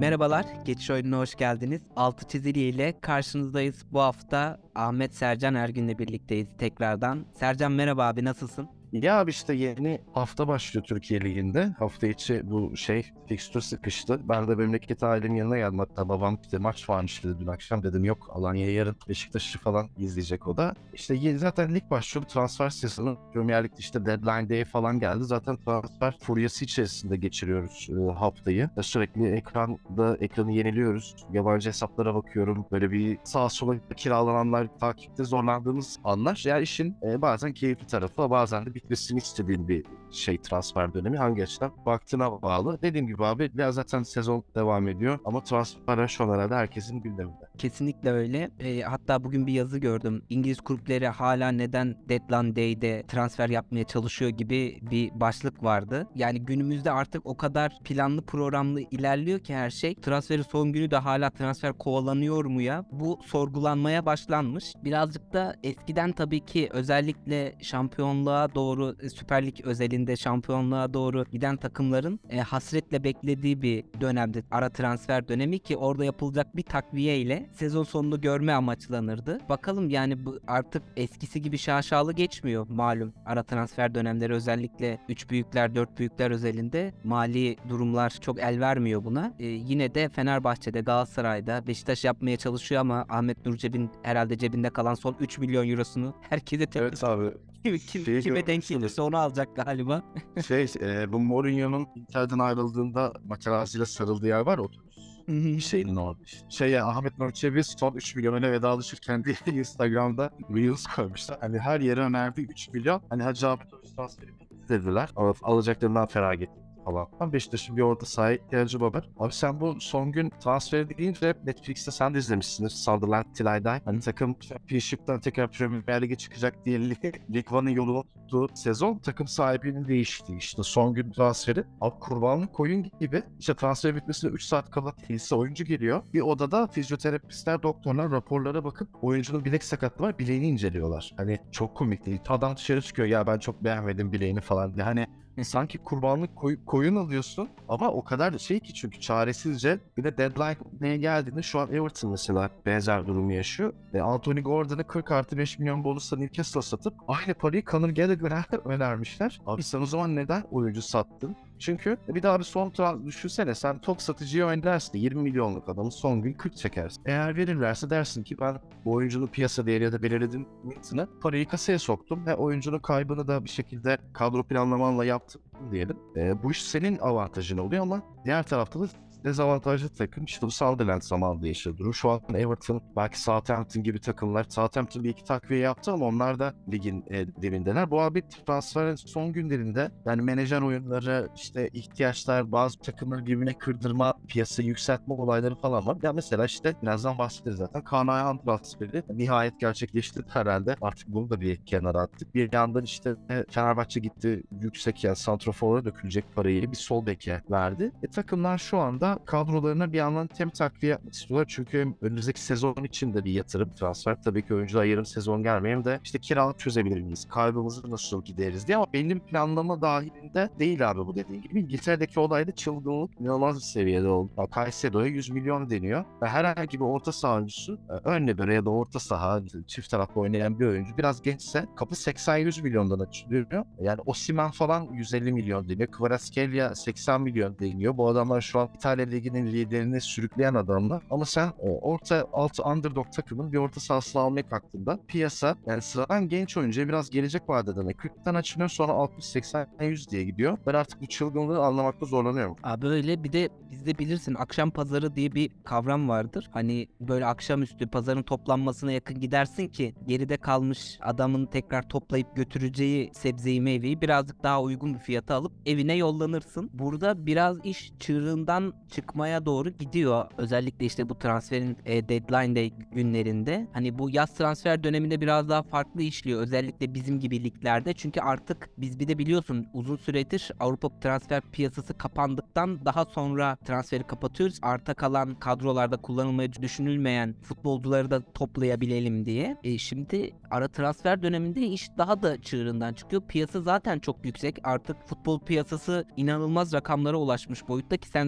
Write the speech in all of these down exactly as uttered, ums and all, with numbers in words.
Merhabalar, Geçiş Oyununa hoş geldiniz. Altı Çizili ile karşınızdayız. Bu hafta Ahmet Sercan Ergün'le birlikteyiz tekrardan. Sercan merhaba abi, nasılsın? Ya abi işte yeni hafta başlıyor Türkiye Ligi'nde. Hafta içi bu şey fikstür sıkıştı. Ben de memleket ailemin yanına geldim. Hatta babam işte maç varmış dedi dün akşam. Dedim yok, Alanya yarın Beşiktaş'ı falan izleyecek o da. İşte yeni zaten lig başlıyor. Transfer sezonu. Premier Lig'de işte deadline day falan geldi. Zaten transfer furyası içerisinde geçiriyoruz e, haftayı. E, sürekli ekranda ekranı yeniliyoruz. Yabancı hesaplara bakıyorum. Böyle bir sağa sola kiralananlar takipte zorlandığımız anlar. Yani işin e, bazen keyifli tarafı, bazen de bitmesini istediğin bir şey transfer dönemi. Hangi açıdan baktığına bağlı. Dediğim gibi abi biraz zaten sezon devam ediyor ama transferler şu an herhalde herkesin gündeminde. Kesinlikle öyle. E, hatta bugün bir yazı gördüm. İngiliz kulüpleri hala neden deadline day'de transfer yapmaya çalışıyor gibi bir başlık vardı. Yani günümüzde artık o kadar planlı programlı ilerliyor ki her şey. Transferi son günü de hala transfer kovalanıyor mu ya? Bu sorgulanmaya başlanmış. Birazcık da eskiden tabii ki özellikle şampiyonluğa doğru, Süper Lig özelinde şampiyonluğa doğru giden takımların e, hasretle beklediği bir dönemdi. Ara transfer dönemi ki orada yapılacak bir takviye ile sezon sonunu görme amaçlanırdı. Bakalım yani bu artık eskisi gibi şaşalı geçmiyor malum. Ara transfer dönemleri özellikle üç büyükler dört büyükler özelinde mali durumlar çok el vermiyor buna. Ee, yine de Fenerbahçe'de, Galatasaray'da, Beşiktaş yapmaya çalışıyor ama Ahmet Nur Çebi'nin herhalde cebinde kalan son üç milyon eurosunu herkese teklif Evet abi. kim, kim, Şeyi kime denk görmüşsünüz. gelirse onu alacak galiba. Şey e, bu Mourinho'nun Inter'den ayrıldığında materazziyle sarıldığı yer var, otobüs şeyinin orada. işte. Şey Ahmet Nur Çebi son üç milyonuyla vedalaşırken diye Instagram'da Reels koymuşlar. Hani her yere önerdi üç milyon. Hani Hacı Ahmet Nur transferi dediler. Al- Alacaklarından feragat falan. Ama Beşiktaş'ın bir orta sahaya ihtiyacı var. Abi sen bu son gün transferi deyince Netflix'te sen de izlemişsindir. Sunderland Till I Die. Hani takım Championship'ten tekrar Premier Lig'e çıkacak diye Lig One'ın yolunu tuttuğu sezon takım sahibinin değiştiği işte son gün transferi. Abi kurbanlık koyun gibi işte transfer bitmesine üç saat kala tesise oyuncu geliyor. Bir odada fizyoterapistler, doktorlar raporlara bakıp oyuncunun bilek sakatlığı var, bileğini inceliyorlar. Hani çok komik değil. Adam dışarı çıkıyor, ya ben çok beğenmedim bileğini falan diye. Hani sanki kurbanlık koy- koyun alıyorsun ama o kadar da şey ki, çünkü çaresizce. Bir de deadline'e geldiğinde şu an Everton mesela benzer durumu yaşıyor. E, Anthony Gordon'ı kırk artı beş milyon bonusla Newcastle'a satıp aynı parayı Conor Gallagher'a önermişler. Abi sen o zaman neden oyuncu sattın? Çünkü bir daha bir son tra- düşünsene, sen tok satıcıya oynarsın, yirmi milyonluk adamı son gün kırk çekersin. Eğer verirlerse dersin ki ben bu oyuncunun piyasa değeri ya da belirlediğim limitine parayı kasaya soktum ve oyuncunun kaybını da bir şekilde kadro planlamanla yaptım diyelim. E, bu iş senin avantajın oluyor ama diğer tarafta da dezavantajlı takım işte bu Sunderland zamanında yaşadı. Şu an Everton, belki Southampton gibi takımlar. Southampton bir iki takviye yaptı ama onlar da ligin e, dibindeler. Bu abi transferin son günlerinde yani menajer oyunları, işte ihtiyaçlar, bazı takımları birbirine kırdırma, piyasayı yükseltme olayları falan var. Ya mesela işte birazdan bahsederiz zaten. Kaan Ayhan transferi nihayet gerçekleşti herhalde. Artık bunu da bir kenara attık. Bir yandan işte e, Fenerbahçe gitti, yüksek yani santrafor'a dökülecek parayı bir sol beke verdi. E, takımlar şu anda kadrolarına bir yandan tem takviye yapmak istiyorlar. Çünkü önümüzdeki sezon için de bir yatırım transfer. Tabii ki oyuncular yarın sezon gelmeyeyim de işte kiralık çözebilir miyiz? Kaybımızı nasıl gideriz diye, ama benim planlama dahilinde değil abi bu dediğin gibi. İngiltere'deki olayda çılgınlık inanılmaz bir seviyede oldu. Ya Caicedo'ya yüz milyon deniyor. Ve herhangi bir orta saha oyuncusu, ön libero ya da orta saha çift taraflı oynayan bir oyuncu biraz gençse kapı seksen yüz milyondan açılıyor. Yani Osimhen falan yüz elli milyon deniyor. Kvaratskhelia seksen milyon deniyor. Bu adamlar şu an İtalya Ligi'nin liderini sürükleyen adamlar. Ama sen o orta altı underdog takımın bir orta sahasını almaya kalktığında piyasa yani sıradan genç oyuncuya biraz gelecek vaat eden kırktan açılıyor, sonra altmış seksen yüz diye gidiyor. Ben artık bu çılgınlığı anlamakta zorlanıyorum. Abi öyle, bir de bizde bilirsin akşam pazarı diye bir kavram vardır. Hani böyle akşamüstü pazarın toplanmasına yakın gidersin ki geride kalmış adamın tekrar toplayıp götüreceği sebzeyi meyveyi birazcık daha uygun bir fiyata alıp evine yollanırsın. Burada biraz iş çığırından çıkmaya doğru gidiyor. Özellikle işte bu transferin e, deadline day günlerinde. Hani bu yaz transfer döneminde biraz daha farklı işliyor. Özellikle bizim gibi liglerde. Çünkü artık biz bir de biliyorsun uzun süredir Avrupa transfer piyasası kapandıktan daha sonra transferi kapatıyoruz. Arta kalan kadrolarda kullanılmayı düşünülmeyen futbolcuları da toplayabilelim diye. E şimdi ara transfer döneminde iş daha da çığırından çıkıyor. Piyasa zaten çok yüksek. Artık futbol piyasası inanılmaz rakamlara ulaşmış boyutta ki sen zaten de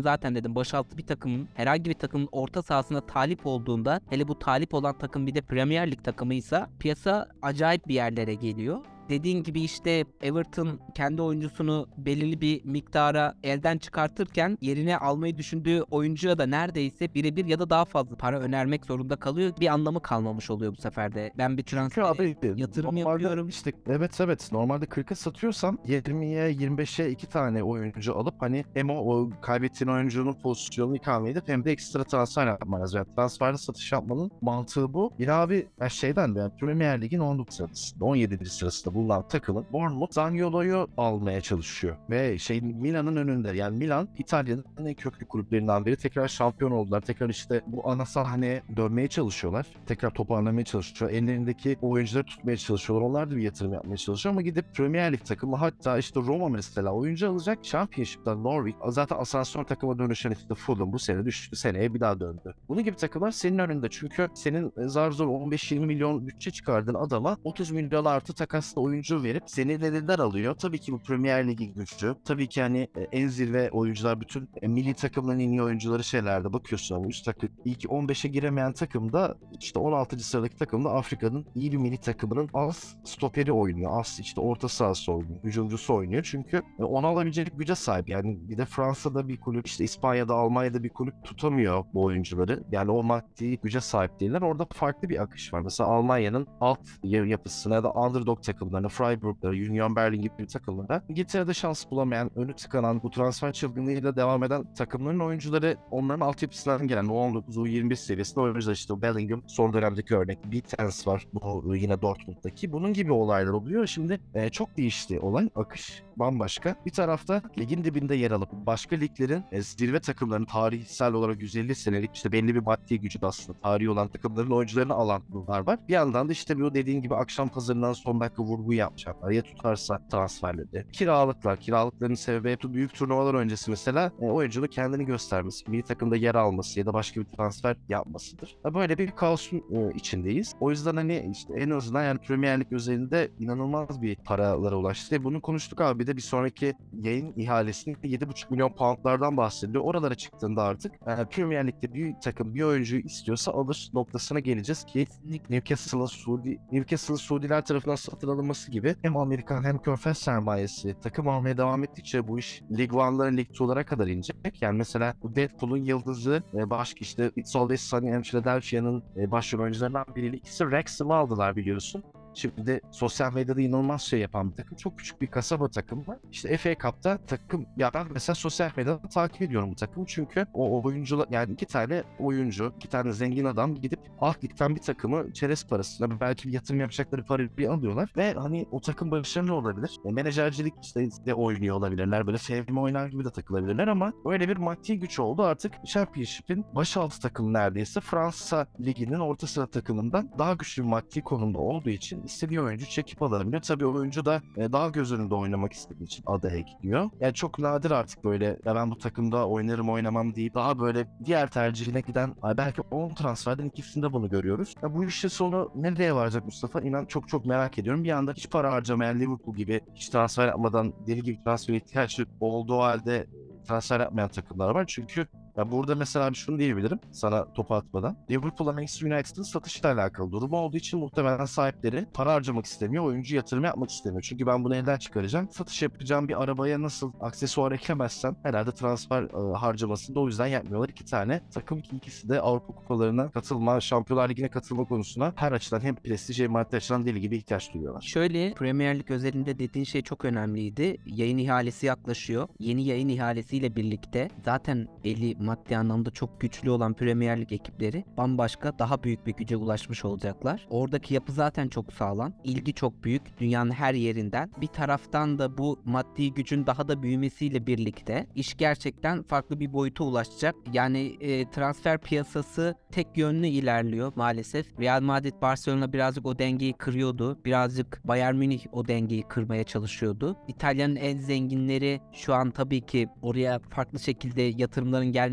söyledim. Başaltı bir takımın, herhangi bir takımın orta sahasına talip olduğunda, hele bu talip olan takım bir de Premier Lig takımıysa piyasa acayip bir yerlere geliyor. Dediğin gibi işte Everton kendi oyuncusunu belirli bir miktara elden çıkartırken yerine almayı düşündüğü oyuncuya da neredeyse birebir ya da daha fazla para önermek zorunda kalıyor. Bir anlamı kalmamış oluyor bu sefer de. Ben bir transfer yatırım normalde yapıyorum. işte evet evet normalde kırka satıyorsan yirmiye yirmi beşe iki tane oyuncu alıp hani hem o, o kaybettiğin oyuncunun pozisyonunu ikame edip hem de ekstra transfer yapman lazım. Yani transferde satış yapmanın mantığı bu. Bir abi yani şeyden de yani Premier Lig'in on dokuz sırasında on yedinci sırasında bulunan takımın Bournemouth Zaniolo'yu almaya çalışıyor. Ve şey Milan'ın önünde. Yani Milan İtalya'nın en köklü kulüplerinden biri. Tekrar şampiyon oldular. Tekrar işte bu ana sahneye dönmeye çalışıyorlar. Tekrar toparlamaya çalışıyor. Ellerindeki oyuncuları tutmaya çalışıyorlar. Onlar da bir yatırım yapmaya çalışıyor ama gidip Premier Lig takımı, hatta işte Roma mesela oyuncu alacak. Championship'ta Norwich, zaten asansör takıma dönüşen işte Fulham bu sene düştü. Seneye bir daha döndü. Bunun gibi takımlar senin önünde. Çünkü senin zar zor on beş yirmi milyon bütçe çıkardığın adama otuz milyon artı takasla oyuncu verip seni elinden alıyor. Tabii ki bu Premier Lig'in güçlü. Tabii ki hani en zirve oyuncular, bütün milli takımların en iyi oyuncuları şeylerde bakıyorsun ama üst takım ilk on beşe giremeyen takımda işte on altıncı sıradaki takımda Afrika'nın iyi bir milli takımının az stoperi oynuyor. Az işte orta sahası oynuyor. Hücumcusu oynuyor. Çünkü onu alabilecek güce sahip. Yani bir de Fransa'da bir kulüp, işte İspanya'da, Almanya'da bir kulüp tutamıyor bu oyuncuları. Yani o maddi güce sahip değiller. Orada farklı bir akış var. Mesela Almanya'nın alt yapısına ya da underdog takımlarına, Freiburg'lara, Union Berlin gibi takımlara İngiltere'de şans bulamayan, önü tıkanan, bu transfer çılgınlığıyla devam eden takımların oyuncuları onların altyapısından gelen o on dokuz U yirmi bir seviyesinde oyuncular, işte Bellingham son dönemdeki örnek, Beatens var bu yine Dortmund'daki. Bunun gibi olaylar oluyor. Şimdi e, çok değişti olay. Akış bambaşka. Bir tarafta ligin dibinde yer alıp başka liglerin e, zirve takımlarının tarihsel olarak yüz elli senelik işte belli bir maddi gücü de aslında tarihi olan takımların oyuncularını alan bunlar var. Bir yandan da işte bu dediğin gibi akşam pazarından son dakika vurgu yapacaklar. Ya tutarsa transferleri. Kiralıklar. Kiralıkların sebebi hep büyük turnuvalar öncesi mesela e, oyuncunun kendini göstermesi, milli takımda yer alması ya da başka bir transfer yapmasıdır. Ya böyle bir kaosun e, içindeyiz. O yüzden hani işte en azından yani Premier Lig özelinde inanılmaz bir paralara ulaştı. Bunu konuştuk abi, bir de bir sonraki yayın ihalesinin yedi buçuk milyon poundlardan bahsediliyor. Oralara çıktığında artık e, Premier Lig'de bir takım bir oyuncuyu istiyorsa alır noktasına geleceğiz ki Newcastle'ın Suudi Newcastle'ın Suudiler tarafından satın alınması gibi hem Amerikan hem Körfez sermayesi takım almaya devam ettikçe bu iş Lig bir'lara Lig iki'lara kadar inecek. Yani mesela bu Deadpool'un yıldızı e, başka işte It's Always Sunny in Philadelphia'nın e, başrol oyuncularından biri, ikisi Wrexham'ı aldılar biliyorsun. Şimdi de sosyal medyada inanılmaz şey yapan bir takım. Çok küçük bir kasaba takım var. İşte F A Cup'ta takım, ya ben mesela sosyal medyada takip ediyorum bu takımı. Çünkü o, o oyuncular, yani iki tane oyuncu, iki tane zengin adam gidip alt ligden bir takımı çerez parasına belki bir yatırım yapacakları parayı alıyorlar. Ve hani o takım başarılı olabilir. E, menajercilik işte de oynuyor olabilirler. Böyle sevme oynar gibi de takılabilirler ama öyle bir maddi güç oldu. Artık Championship'in başaltı takımı neredeyse Fransa Ligi'nin orta sıra takımından daha güçlü bir maddi konumda olduğu için istediği oyuncu çekip alabiliyor. Tabii oyuncu da e, daha göz önünde oynamak istediği için adaya gidiyor. Yani çok nadir artık böyle ya ben bu takımda oynarım oynamam deyip daha böyle diğer tercihine giden belki on transferden ikisinde bunu görüyoruz. Ya bu işin sonu nereye varacak Mustafa? İnan çok çok merak ediyorum. Bir anda hiç para harcamayan Liverpool gibi hiç transfer yapmadan deli gibi transfer ihtiyaçı olduğu halde transfer yapmayan takımlar var. Çünkü ya burada mesela şunu diyebilirim sana topu atmadan. Liverpool'la Manchester United'ın satışla alakalı durumu olduğu için muhtemelen sahipleri para harcamak istemiyor, oyuncu yatırım yapmak istemiyor. Çünkü ben bunu elden çıkaracağım. Satış yapacağım bir arabaya nasıl aksesuar eklemezsem herhalde transfer e, harcamasını da o yüzden yapmıyorlar. İki tane takım ki ikisi de Avrupa kupalarına katılma, Şampiyonlar Ligi'ne katılma konusuna her açıdan hem prestij hem maddi açıdan deli gibi ihtiyaç duyuyorlar. Şöyle, Premier Lig özelinde dediğin şey çok önemliydi. Yayın ihalesi yaklaşıyor. Yeni yayın ihalesiyle birlikte zaten eli maddi anlamda çok güçlü olan Premier Lig ekipleri bambaşka daha büyük bir güce ulaşmış olacaklar. Oradaki yapı zaten çok sağlam. İlgi çok büyük. Dünyanın her yerinden. Bir taraftan da bu maddi gücün daha da büyümesiyle birlikte iş gerçekten farklı bir boyuta ulaşacak. Yani e, transfer piyasası tek yönlü ilerliyor maalesef. Real Madrid, Barcelona birazcık o dengeyi kırıyordu. Birazcık Bayern Münih o dengeyi kırmaya çalışıyordu. İtalya'nın en zenginleri şu an tabii ki oraya farklı şekilde yatırımların gelmesi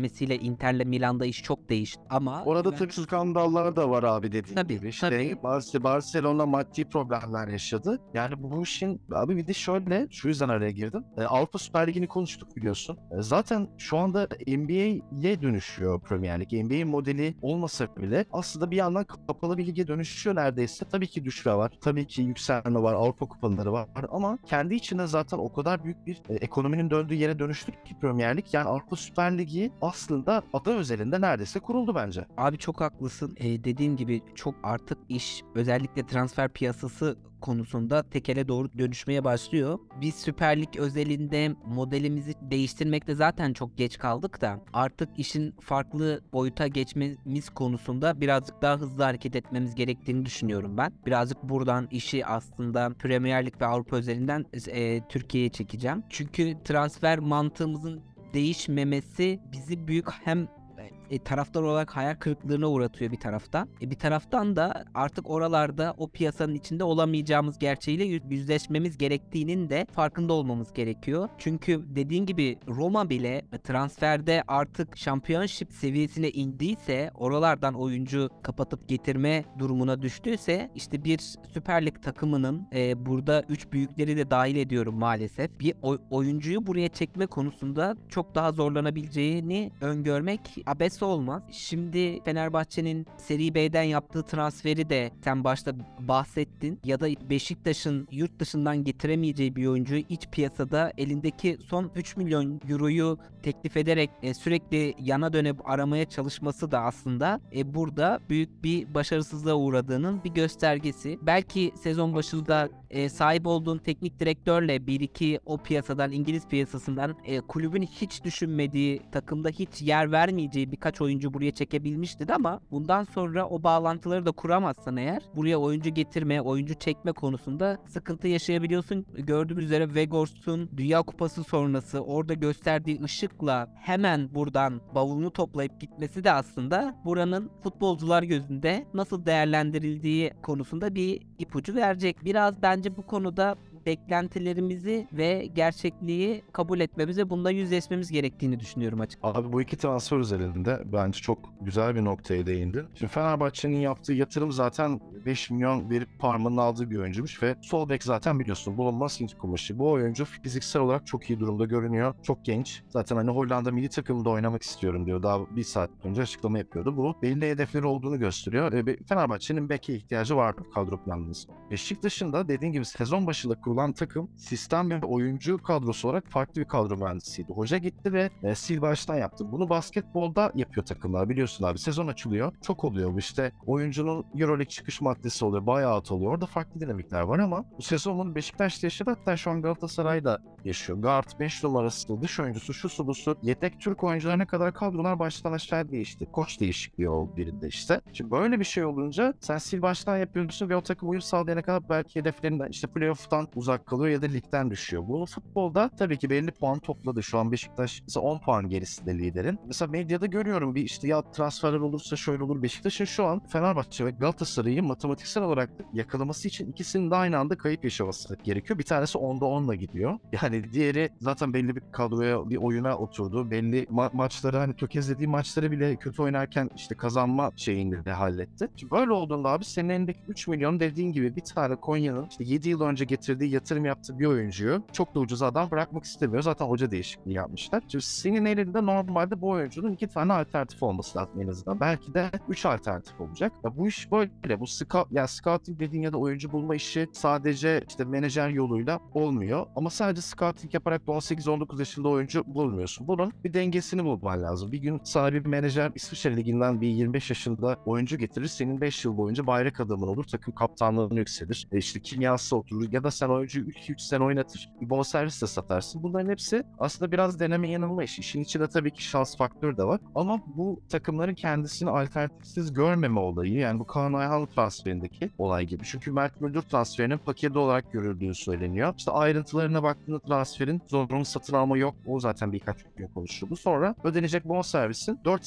gelmesiyle Inter'le Milan'da iş çok değişti ama Orada ben... tabii skandallar da var abi dediğin Tabii, gibi. İşte tabii. Bar- Barcelona maddi problemler yaşadı. Yani bu işin abi bir de şöyle, şu yüzden araya girdim. E, Avrupa Süper Ligi'ni konuştuk biliyorsun. E, zaten şu anda N B A'ye dönüşüyor Premier Lig. N B A modeli olmasa bile aslında bir yandan kapalı bir lige dönüşüyor neredeyse. Tabii ki düşme var. Tabii ki yükselme var. Avrupa kupaları var. Ama kendi içinde zaten o kadar büyük bir e, ekonominin döndüğü yere dönüştü ki Premier Lig. Yani Avrupa Süper Ligi aslında ada özelinde neredeyse kuruldu bence. Abi çok haklısın. Ee, dediğin gibi çok artık iş özellikle transfer piyasası konusunda tekele doğru dönüşmeye başlıyor. Biz Süper Lig özelinde modelimizi değiştirmekte zaten çok geç kaldık da artık işin farklı boyuta geçmemiz konusunda birazcık daha hızlı hareket etmemiz gerektiğini düşünüyorum ben. Birazcık buradan işi aslında Premier Lig ve Avrupa özelinden e, Türkiye'ye çekeceğim. Çünkü transfer mantığımızın değişmemesi bizi büyük hem E, taraftar olarak hayal kırıklığına uğratıyor bir taraftan. E, bir taraftan da artık oralarda o piyasanın içinde olamayacağımız gerçeğiyle yüzleşmemiz gerektiğinin de farkında olmamız gerekiyor. Çünkü dediğin gibi Roma bile transferde artık şampiyonşip seviyesine indiyse, oralardan oyuncu kapatıp getirme durumuna düştüyse, işte bir Süper Lig takımının e, burada üç büyükleri de dahil ediyorum maalesef, bir oy- oyuncuyu buraya çekme konusunda çok daha zorlanabileceğini öngörmek abes olmaz. Şimdi Fenerbahçe'nin Seri B'den yaptığı transferi de sen başta bahsettin. Ya da Beşiktaş'ın yurt dışından getiremeyeceği bir oyuncuyu iç piyasada elindeki son üç milyon euroyu teklif ederek e, sürekli yana dönüp aramaya çalışması da aslında e, burada büyük bir başarısızlığa uğradığının bir göstergesi. Belki sezon başında e, sahip olduğun teknik direktörle bir iki o piyasadan, İngiliz piyasasından e, kulübün hiç düşünmediği, takımda hiç yer vermeyeceği birkaç oyuncu buraya çekebilmişti de ama bundan sonra o bağlantıları da kuramazsan eğer buraya oyuncu getirme, oyuncu çekme konusunda sıkıntı yaşayabiliyorsun. Gördüğümüz üzere Weghorst'un Dünya Kupası sonrası orada gösterdiği ışıkla hemen buradan bavulunu toplayıp gitmesi de aslında buranın futbolcular gözünde nasıl değerlendirildiği konusunda bir ipucu verecek. Biraz bence bu konuda beklentilerimizi ve gerçekliği kabul etmemize, bunda yüzleşmemiz gerektiğini düşünüyorum açıkçası. Abi bu iki transfer üzerinde bence çok güzel bir noktaya değindin. Şimdi Fenerbahçe'nin yaptığı yatırım zaten beş milyon verip Parma'nın aldığı bir oyuncuymuş ve sol bek zaten biliyorsun bulunmaz Hint kumaşı. Bu oyuncu fiziksel olarak çok iyi durumda görünüyor. Çok genç. Zaten hani Hollanda milli takımında oynamak istiyorum diyor. Daha bir saat önce açıklama yapıyordu. Bu belli hedefleri olduğunu gösteriyor. E, Fenerbahçe'nin beke ihtiyacı vardı kadro planlaması. Beşiktaş'ın da dediğin gibi sezon başında kurulan takım sistem ve oyuncu kadrosu olarak farklı bir kadro mühendisiydi. Hoca gitti ve e, sil baştan yaptı. Bunu basketbolda yapıyor takımlar biliyorsun abi. Sezon açılıyor. Çok oluyor bu işte. Oyuncunun Euroleague çıkış maddesi oluyor. Bayağı at oluyor. Orada farklı dinamikler var ama bu sezonun Beşiktaş'ta yaşadı. Hatta şu an Galatasaray'da yaşıyor. Guard beş numarası, dış oyuncusu, şu su bu su. Yedek Türk oyuncularına kadar kadrolar baştan aşağı değişti. Koç değişikliği oldu birinde işte. Şimdi böyle bir şey olunca sen sil baştan yapıyorsun ve o takım uyum sağlayana kadar belki hedeflerinden işte playoff'tan uzak kalıyor ya da ligden düşüyor. Bu futbolda tabii ki belli puan topladı. Şu an Beşiktaş mesela on puan gerisinde liderin. Mesela medyada görüyorum bir işte ya transferler olursa şöyle olur. Beşiktaş'ın şu an Fenerbahçe ve Galatasaray'ı matematiksel olarak yakalaması için ikisinin de aynı anda kayıp yaşaması gerekiyor. Bir tanesi onda onla gidiyor. Yani diğeri zaten belli bir kadroya, bir oyuna oturdu. Belli ma- maçları hani tökezlediği maçları bile kötü oynarken işte kazanma şeyini de halletti. Şimdi böyle olduğunda abi senin elindeki üç milyon dediğin gibi bir tane Konya'nın işte yedi yıl önce getirdiği yatırım yaptığı bir oyuncuyu çok da ucuz adam bırakmak istemiyor. Zaten hoca değişikliği yapmışlar. Şimdi senin elinde normalde bu oyuncunun iki tane alternatif olması lazım en azından. Belki de üç alternatif olacak. Ya bu iş böyle. Bu scout, yani scouting dediğin ya da oyuncu bulma işi sadece işte menajer yoluyla olmuyor. Ama sadece scouting yaparak da on sekiz on dokuz yaşında oyuncu bulmuyorsun. Bunun bir dengesini bulman lazım. Bir gün sana bir menajer İsviçre Ligi'nden bir yirmi beş yaşında oyuncu getirir. Senin beş yıl boyunca bayrak adamın olur. Takım kaptanlığını yükselir. E işte kimyası oturur. Ya da sen oyuncuyu üç üç sene oynatır. Bir bonservis de satarsın. Bunların hepsi aslında biraz deneme yanılma işi. İşin içinde tabii ki şans faktörü de var. Ama bu takımların kendisini alternatifsiz görmeme olayı, yani bu Kaan Ayhan transferindeki olay gibi. Çünkü Mert Müldür transferinin paketi olarak görüldüğü söyleniyor. İşte ayrıntılarına baktığında transferin zorunlu satın alma yok. O zaten birkaç gün konuşuldu. Sonra ödenecek bonservisin dört yıl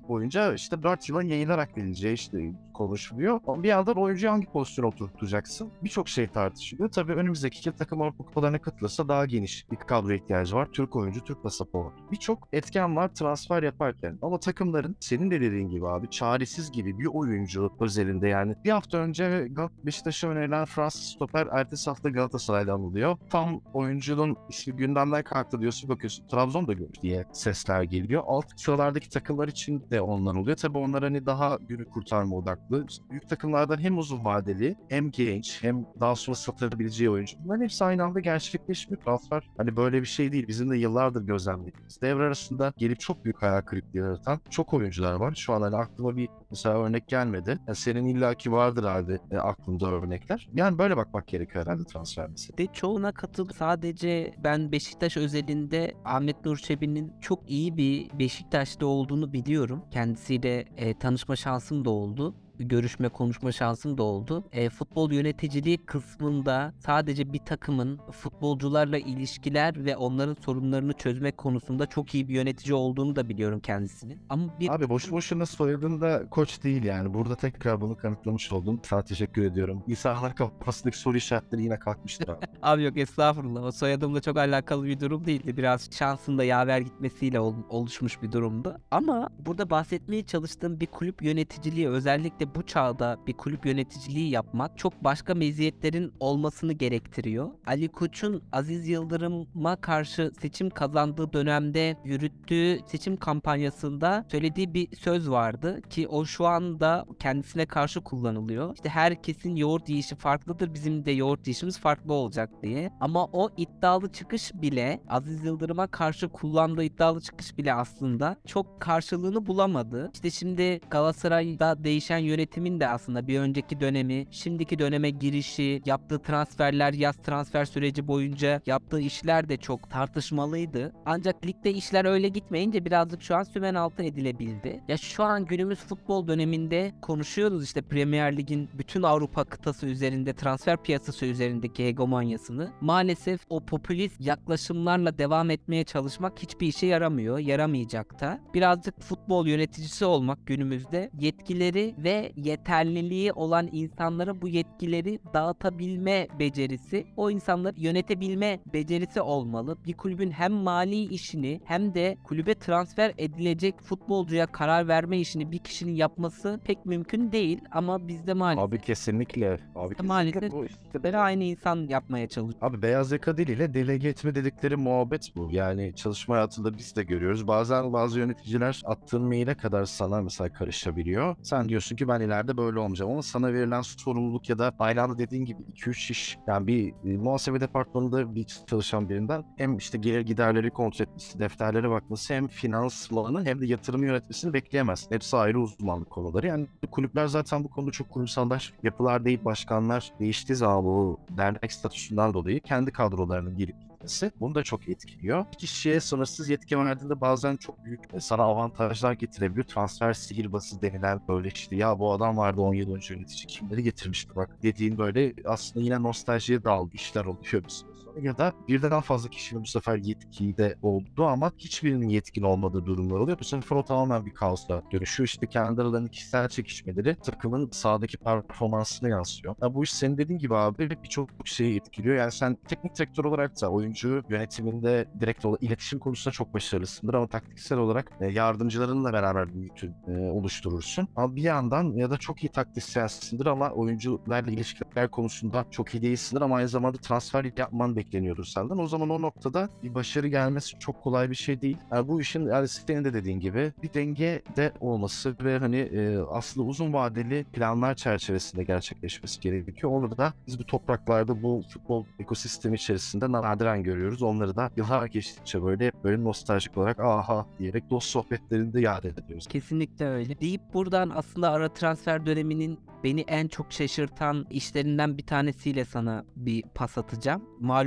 boyunca işte dört yılın yayılarak verileceği işte konuşuluyor. Ama bir yandan oyuncuyu hangi pozisyona oturtacaksın? Birçok şey tartışılıyor. Tabii önümüzdeki yıl takım Avrupa Kupalarına katılırsa daha geniş bir kadro ihtiyacı var. Türk oyuncu, Türk pasaportu. Birçok etken var transfer yaparken. Ama takımların senin de dediğin gibi abi çaresiz gibi bir oyuncu özelinde yani bir hafta önce Beşiktaş'a önerilen Fransız stoper ertesi hafta Galatasaray'dan oluyor. Tam oyuncunun ismi gündemden kalktı diyorsun, bakıyorsun Trabzon'da görmüş diye sesler geliyor. Alt sıralardaki takımlar için de onlar oluyor. Tabii onlar hani daha günü kurtarma odaklı. İşte büyük takımlardan hem uzun vadeli hem genç hem daha sonra satılabileceği oyuncu. Bunların hepsi aynı anda gerçekleşmiyor. Transfer hani böyle bir şey değil. Bizim de yıllardır gözlemlediğimiz. Devre arasında gelip çok büyük hayal kırıklığı yaratan çok oyuncular var. Şu an hani aklıma bir mesela örnek gelmedi. Yani senin illaki vardır halde e, aklında örnekler. Yani böyle bakmak gerekiyor herhalde transfer meselesi. De çoğuna katılıp sadece ben Beşiktaş özelinde Ahmet Nur Çebi'nin çok iyi bir Beşiktaşlı olduğunu biliyorum. Kendisiyle e, tanışma şansım da oldu. Görüşme, konuşma şansım da oldu. E, futbol yöneticiliği kısmında sadece bir takımın futbolcularla ilişkiler ve onların sorunlarını çözmek konusunda çok iyi bir yönetici olduğunu da biliyorum kendisinin. Ama bir Abi boşu boşuna soyadında koç değil yani. Burada tekrar bunu kanıtlamış oldum. Sana teşekkür ediyorum. İnsanlar kafasındaki soru işaretleri yine kalkmıştır abi. Abi yok estağfurullah. O soyadımla çok alakalı bir durum değildi. Biraz şansın da yaver gitmesiyle ol- oluşmuş bir durumdu. Ama burada bahsetmeye çalıştığım bir kulüp yöneticiliği, özellikle bu çağda bir kulüp yöneticiliği yapmak çok başka meziyetlerin olmasını gerektiriyor. Ali Koç'un Aziz Yıldırım'a karşı seçim kazandığı dönemde yürüttüğü seçim kampanyasında söylediği bir söz vardı ki o şu anda kendisine karşı kullanılıyor. İşte herkesin yoğurt yiyişi farklıdır, bizim de yoğurt yiyişimiz farklı olacak diye. Ama o iddialı çıkış bile, Aziz Yıldırım'a karşı kullandığı iddialı çıkış bile aslında çok karşılığını bulamadı. İşte şimdi Galatasaray'da değişen yönetimin de aslında bir önceki dönemi, şimdiki döneme girişi, yaptığı transferler, yaz transfer süreci boyunca yaptığı işler de çok tartışmalıydı. Ancak ligde işler öyle gitmeyince birazcık şu an sümen altı edilebildi. Ya şu an günümüz futbol döneminde konuşuyoruz işte Premier Lig'in bütün Avrupa kıtası üzerinde, transfer piyasası üzerindeki hegemonyasını. Maalesef o popülist yaklaşımlarla devam etmeye çalışmak hiçbir işe yaramıyor, yaramayacak da. Birazcık futbol yöneticisi olmak günümüzde yetkileri ve yeterliliği olan insanlara bu yetkileri dağıtabilme becerisi, o insanları yönetebilme becerisi olmalı. Bir kulübün hem mali işini hem de kulübe transfer edilecek futbolcuya karar verme işini bir kişinin yapması pek mümkün değil ama bizde maalesef Abi kesinlikle. Abi kesinlikle maalesef bu işte. böyle aynı insan yapmaya çalışıyor. Abi beyaz yaka diliyle delege etme dedikleri muhabbet bu. Yani çalışma hayatında biz de görüyoruz. Bazen bazı yöneticiler attığın maile kadar sana mesela karışabiliyor. Sen diyorsun ki ben ileride böyle olmayacağım ama sana verilen sorumluluk ya da aynı anda dediğin gibi iki üç iş, yani bir e, muhasebe departmanında bir çalışan birinden hem işte gelir giderleri kontrol etmesi, defterlere bakması, hem finansmanı hem de yatırım yönetmesini bekleyemez. Hepsi ayrı uzmanlık konuları. Yani kulüpler zaten bu konuda çok kurumsallar yapılar değil, başkanlar değiştiği zaman bu dernek statüsünden dolayı kendi kadrolarının girip gitmesi bunu da çok etkiliyor. Bir kişiye sınırsız yetki verdiğinde bazen çok büyük e, sana avantajlar getirebiliyor. Transfer sihirbazı denilen böyle işte ya bu adam vardı on yıl önce yönetici kimleri getirmişti bak dediğin böyle aslında yine nostaljiye dalga işler oluyor bir süre sonra. Ya da birden fazla kişinin bu sefer yetkiyi de oldu ama hiçbirinin yetkin olmadığı durumlar oluyor. Bu sefer o tamamen bir kaosa dönüşüyor. İşte kendi aralarının kişisel çekişmeleri takımın sahadaki performansına yansıyor. Ya bu iş senin dediğin gibi abi birçok şeyi etkiliyor. Yani sen teknik direktör olarak da oyuncu yönetiminde direkt olarak iletişim konusunda çok başarılısındır ama taktiksel olarak e, yardımcılarınla beraber bir bütün e, oluşturursun. Ama bir yandan ya da çok iyi taktisyensindir ama oyuncularla ilişkiler konusunda çok iyi değilsindir ama aynı zamanda transfer yapman bekleniyordur senden. O zaman o noktada bir başarı gelmesi çok kolay bir şey değil. Yani bu işin yani senin de dediğin gibi bir denge de olması ve hani e, aslında uzun vadeli planlar çerçevesinde gerçekleşmesi gerekiyor. Onu da biz bu topraklarda bu futbol ekosistemi içerisinde nadiren görüyoruz. Onları da yıllar geçtikçe böyle hep böyle nostaljik olarak aha diyerek dost sohbetlerinde yad ediyoruz. Kesinlikle öyle. Deyip buradan aslında ara transfer döneminin beni en çok şaşırtan işlerinden bir tanesiyle sana bir pas atacağım. Malum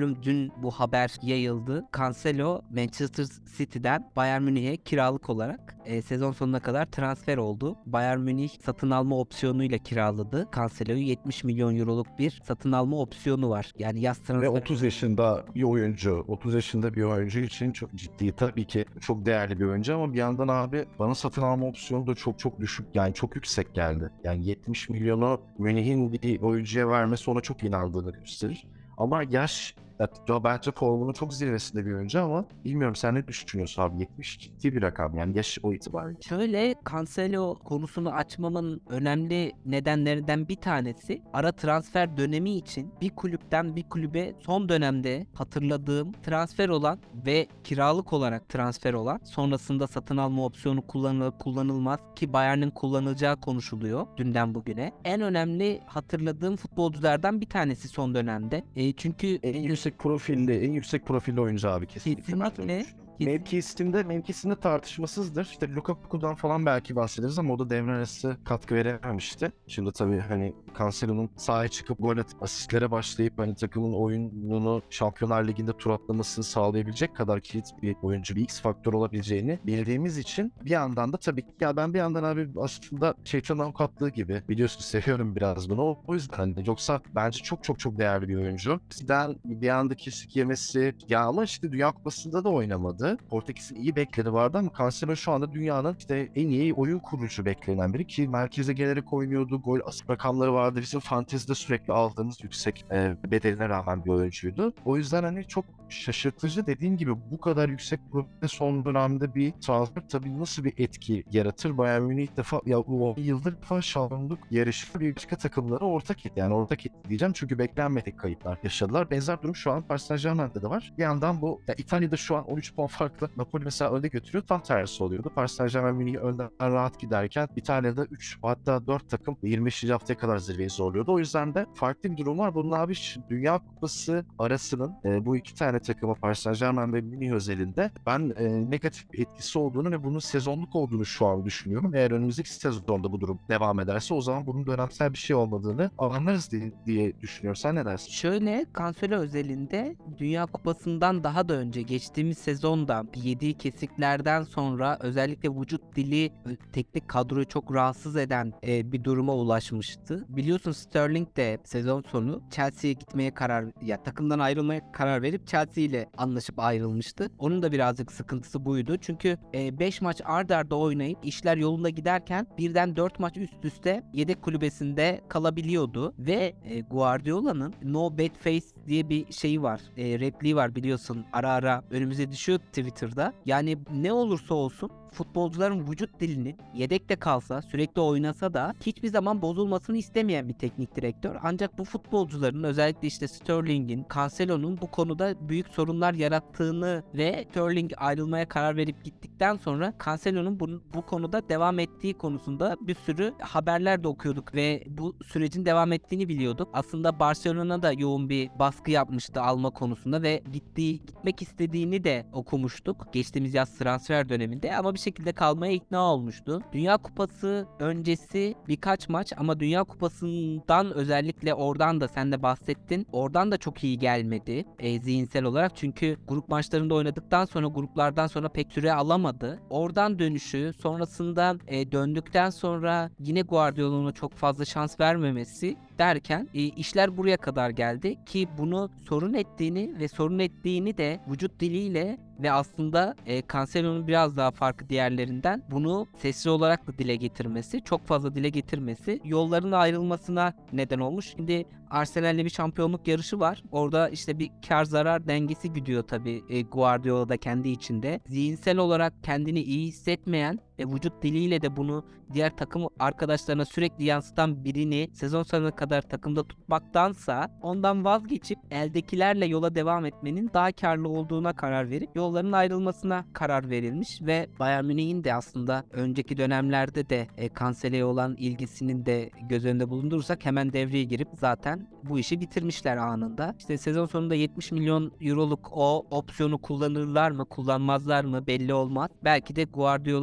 sanırım dün bu haber yayıldı. Cancelo Manchester City'den Bayern Münih'e kiralık olarak e, sezon sonuna kadar transfer oldu. Bayern Münih satın alma opsiyonuyla kiraladı Cancelo'yu. yetmiş milyon euroluk bir satın alma opsiyonu var. Yani yaz transfer. Ve otuz yaşında bir oyuncu, otuz yaşında bir oyuncu için çok ciddi, tabii ki çok değerli bir oyuncu ama bir yandan abi bana satın alma opsiyonu da çok çok düşük, yani çok yüksek geldi. Yani yetmiş milyonu Münih'in bir oyuncuya vermesi ona çok inandığını gösterir. Ama yaş, ya bence formunun çok zirvesinde bir oyuncu ama bilmiyorum, sen ne düşünüyorsun abi? yetmiş ciddi bir rakam, yani yaş o itibariyle. Şöyle, Cancelo konusunu açmamın önemli nedenlerinden bir tanesi ara transfer dönemi için bir kulüpten bir kulübe son dönemde hatırladığım transfer olan ve kiralık olarak transfer olan, sonrasında satın alma opsiyonu kullanılır kullanılmaz ki Bayern'in kullanacağı konuşuluyor dünden bugüne. En önemli hatırladığım futbolculardan bir tanesi son dönemde. E, çünkü En yüksek profilli, en yüksek profilli oyuncu abi kesinlikle. kesinlikle Mevkisinde, mevkisinde tartışmasızdır. İşte Lukaku'dan falan belki bahsederiz ama o da devre arası katkı verememişti. Şimdi tabii hani Cancelo'nun sahaya çıkıp gol atıp asistlere başlayıp hani takımın oyununu Şampiyonlar Ligi'nde tur atlamasını sağlayabilecek kadar kilit bir oyuncu, bir X faktör olabileceğini bildiğimiz için bir yandan da tabii ki, ya ben bir yandan abi aslında şeytan avukatlığı gibi, biliyorsun seviyorum biraz bunu. O yüzden hani, yoksa bence çok çok çok değerli bir oyuncu. Zidane bir anda kesik yemesi, ya ama işte Dünya Kupası'nda da oynamadı. Portekiz'in iyi bekleri vardı ama Cancelo şu anda dünyanın işte en iyi oyun kurucu beklenen biri ki merkeze gelerek oynuyordu. Gol asist rakamları vardı. Bizim fantezide sürekli aldığımız yüksek e, bedeline rağmen bir oyuncuydu. O yüzden hani çok şaşırtıcı, dediğim gibi bu kadar yüksek profilde son dönemde bir transfer tabii nasıl bir etki yaratır? Bayern Münih ilk defa, ya o yıldır defa şampiyonluk yarışı bir başka takımlara ortak etti. Yani ortak etti diyeceğim çünkü beklenmedik kayıplar yaşadılar. Benzer durum şu an Paris Saint-Germain'de de var. Bir yandan bu, ya İtalya'da şu an on üç puan farklı. Napoli mesela önde götürüyor. Tam tersi oluyordu. Paris Saint-Germain Münih önden rahat giderken İtalya'da üç hatta dört takım yirmi beşinci haftaya kadar zirveyi zorluyordu. O yüzden de farklı bir durum var. Bunun abi Dünya Kupası arasının e, bu iki tane takıma, Paris Saint-Germain ve Münih özelinde ben e, negatif bir etkisi olduğunu ve bunun sezonluk olduğunu şu an düşünüyorum. Eğer önümüzdeki sezonda bu durum devam ederse o zaman bunun dönemsel bir şey olmadığını anlarız diye, diye düşünüyorum. Sen ne dersin? Şöyle, Cancelo özelinde Dünya Kupası'ndan daha da önce geçtiğimiz sezonda yediği kesiklerden sonra özellikle vücut dili teknik kadroyu çok rahatsız eden e, bir duruma ulaşmıştı. Biliyorsun Sterling de sezon sonu Chelsea'ye gitmeye karar, ya takımdan ayrılmaya karar verip Chelsea ile anlaşıp ayrılmıştı. Onun da birazcık sıkıntısı buydu. Çünkü beş maç ard arda oynayıp işler yolunda giderken birden dört maç üst üste yedek kulübesinde kalabiliyordu ve e, Guardiola'nın no bad face diye bir şeyi var. E, repliği var, biliyorsun. Ara ara önümüze düşüyor Twitter'da. Yani ne olursa olsun futbolcuların vücut dilinin yedekte kalsa, sürekli oynasa da hiçbir zaman bozulmasını istemeyen bir teknik direktör. Ancak bu futbolcuların, özellikle işte Sterling'in, Cancelo'nun bu konuda büyük sorunlar yarattığını ve Sterling ayrılmaya karar verip gittikten sonra Cancelo'nun bu, bu konuda devam ettiği konusunda bir sürü haberler de okuyorduk ve bu sürecin devam ettiğini biliyorduk. Aslında Barcelona da yoğun bir baskı yapmıştı alma konusunda ve gittiği, gitmek istediğini de okumuştuk geçtiğimiz yaz transfer döneminde, ama bir şekilde kalmaya ikna olmuştu. Dünya Kupası öncesi birkaç maç, ama Dünya Kupası'ndan özellikle oradan da sen de bahsettin. Oradan da çok iyi gelmedi e, zihinsel olarak. Çünkü grup maçlarında oynadıktan sonra, gruplardan sonra pek süre alamadı. Oradan dönüşü, sonrasında e, döndükten sonra yine Guardiola'nın çok fazla şans vermemesi derken e, işler buraya kadar geldi ki bunu sorun ettiğini ve sorun ettiğini de vücut diliyle ve aslında e, Cancelo'nun biraz daha farkı diğerlerinden bunu sesli olarak da dile getirmesi, çok fazla dile getirmesi yolların ayrılmasına neden olmuş. Şimdi Arsenal'le bir şampiyonluk yarışı var. Orada işte bir kar zarar dengesi gidiyor tabii e, Guardiola da kendi içinde. Zihinsel olarak kendini iyi hissetmeyen ve vücut diliyle de bunu diğer takım arkadaşlarına sürekli yansıtan birini sezon sonuna kadar takımda tutmaktansa ondan vazgeçip eldekilerle yola devam etmenin daha karlı olduğuna karar verip yolların ayrılmasına karar verilmiş ve Bayern Münih'in de aslında önceki dönemlerde de e, Cancelo'ya olan ilgisinin de göz önünde bulundurursak hemen devreye girip zaten bu işi bitirmişler anında. İşte sezon sonunda yetmiş milyon euroluk o opsiyonu kullanırlar mı, kullanmazlar mı belli olmaz. Belki de Guardiola'nın da